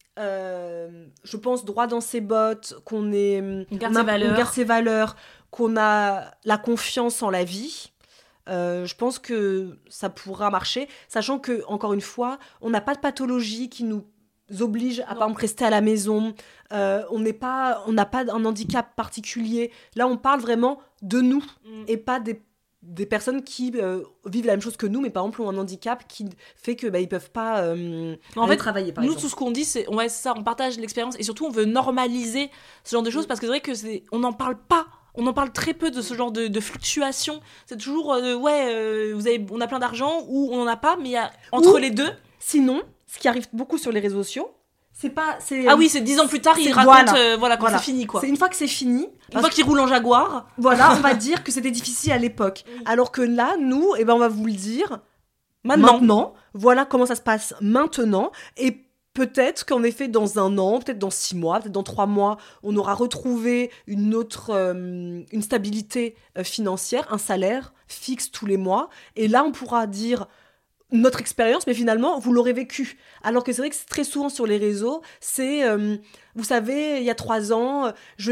euh, je pense, droit dans ses bottes, qu'on est, on garde, on a, ses valeurs. on garde ses valeurs, qu'on a la confiance en la vie... Euh, je pense que ça pourra marcher, sachant que, encore une fois, on n'a pas de pathologie qui nous oblige à, non. par exemple, rester à la maison. Euh, on n'est pas, on n'a pas un handicap particulier. Là, on parle vraiment de nous mm. et pas des, des personnes qui euh, vivent la même chose que nous, mais par exemple ont un handicap qui fait que bah, ils peuvent pas euh, en fait, travailler. Par nous, exemple. Tout ce qu'on dit, c'est ouais, c'est ça, on partage l'expérience et surtout on veut normaliser ce genre de choses mm. parce que c'est vrai que c'est, on n'en parle pas. On en parle très peu de ce genre de, de fluctuation. C'est toujours, euh, ouais, euh, vous avez, on a plein d'argent ou on n'en a pas, mais il y a entre ou, les deux. Sinon, ce qui arrive beaucoup sur les réseaux sociaux, c'est pas... C'est, ah oui, c'est dix ans plus tard, ils racontent voilà, euh, voilà, quand voilà. c'est fini, quoi. C'est une fois que c'est fini... Une fois qu'ils roulent en Jaguar. Voilà, on va dire que c'était difficile à l'époque. Oui. Alors que là, nous, eh ben, on va vous le dire maintenant. maintenant. Voilà comment ça se passe maintenant. Et peut-être qu'en effet, dans un an, peut-être dans six mois, peut-être dans trois mois, on aura retrouvé une autre, euh, une stabilité euh, financière, un salaire fixe tous les mois. Et là, on pourra dire notre expérience, mais finalement, vous l'aurez vécu. Alors que c'est vrai que c'est très souvent sur les réseaux, c'est, euh, vous savez, il y a trois ans,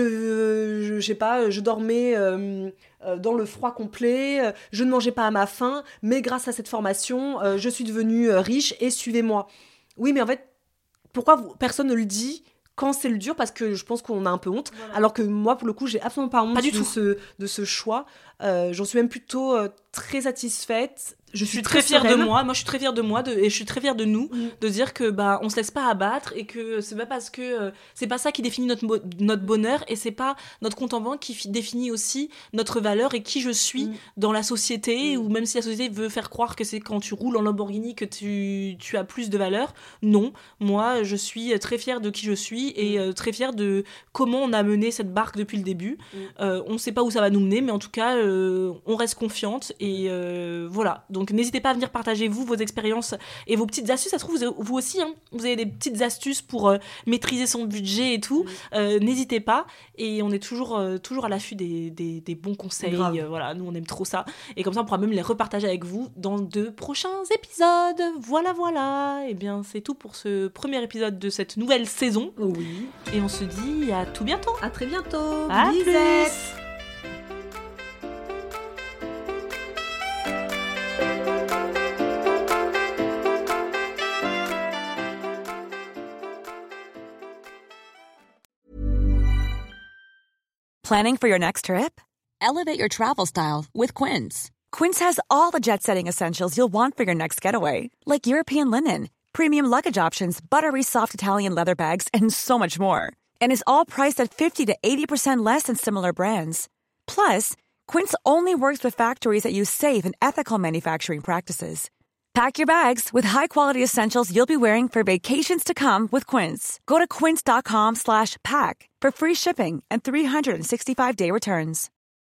je, je, je sais pas, je dormais euh, euh, dans le froid complet, euh, je ne mangeais pas à ma faim, mais grâce à cette formation, euh, je suis devenue euh, riche et suivez-moi. Oui, mais en fait, pourquoi vous, personne ne le dit quand c'est le dur ? Parce que je pense qu'on a un peu honte. Voilà. Alors que moi, pour le coup, j'ai absolument pas honte pas du de, tout. Ce, de ce choix. Euh, j'en suis même plutôt euh, très satisfaite. Je suis très, très fière de moi, moi je suis très fière de moi de, et je suis très fière de nous, mmh. de dire que bah on se laisse pas abattre et que c'est pas parce que euh, c'est pas ça qui définit notre notre bonheur et c'est pas notre compte en banque qui fi- définit aussi notre valeur et qui je suis mmh. dans la société mmh. ou même si la société veut faire croire que c'est quand tu roules en Lamborghini que tu tu as plus de valeur. Non, moi je suis très fière de qui je suis et euh, très fière de comment on a mené cette barque depuis le début. Mmh. Euh, on sait pas où ça va nous mener, mais en tout cas euh, on reste confiante et euh, voilà. Donc Donc n'hésitez pas à venir partager vous, vos expériences et vos petites astuces. Ça se trouve, vous, vous aussi, hein, vous avez des petites astuces pour euh, maîtriser son budget et tout. Euh, n'hésitez pas. Et on est toujours, euh, toujours à l'affût des, des, des bons conseils. Euh, voilà, nous, on aime trop ça. Et comme ça, on pourra même les repartager avec vous dans de prochains épisodes. Voilà, voilà. Et bien, c'est tout pour ce premier épisode de cette nouvelle saison. Oui. Et on se dit à tout bientôt. À très bientôt. À Bisous. Planning for your next trip? Elevate your travel style with Quince. Quince has all the jet-setting essentials you'll want for your next getaway, like European linen, premium luggage options, buttery soft Italian leather bags, and so much more. And is all priced at fifty to eighty percent less than similar brands. Plus, Quince only works with factories that use safe and ethical manufacturing practices. Pack your bags with high-quality essentials you'll be wearing for vacations to come with Quince. Go to quince.com slash pack for free shipping and three sixty-five day returns.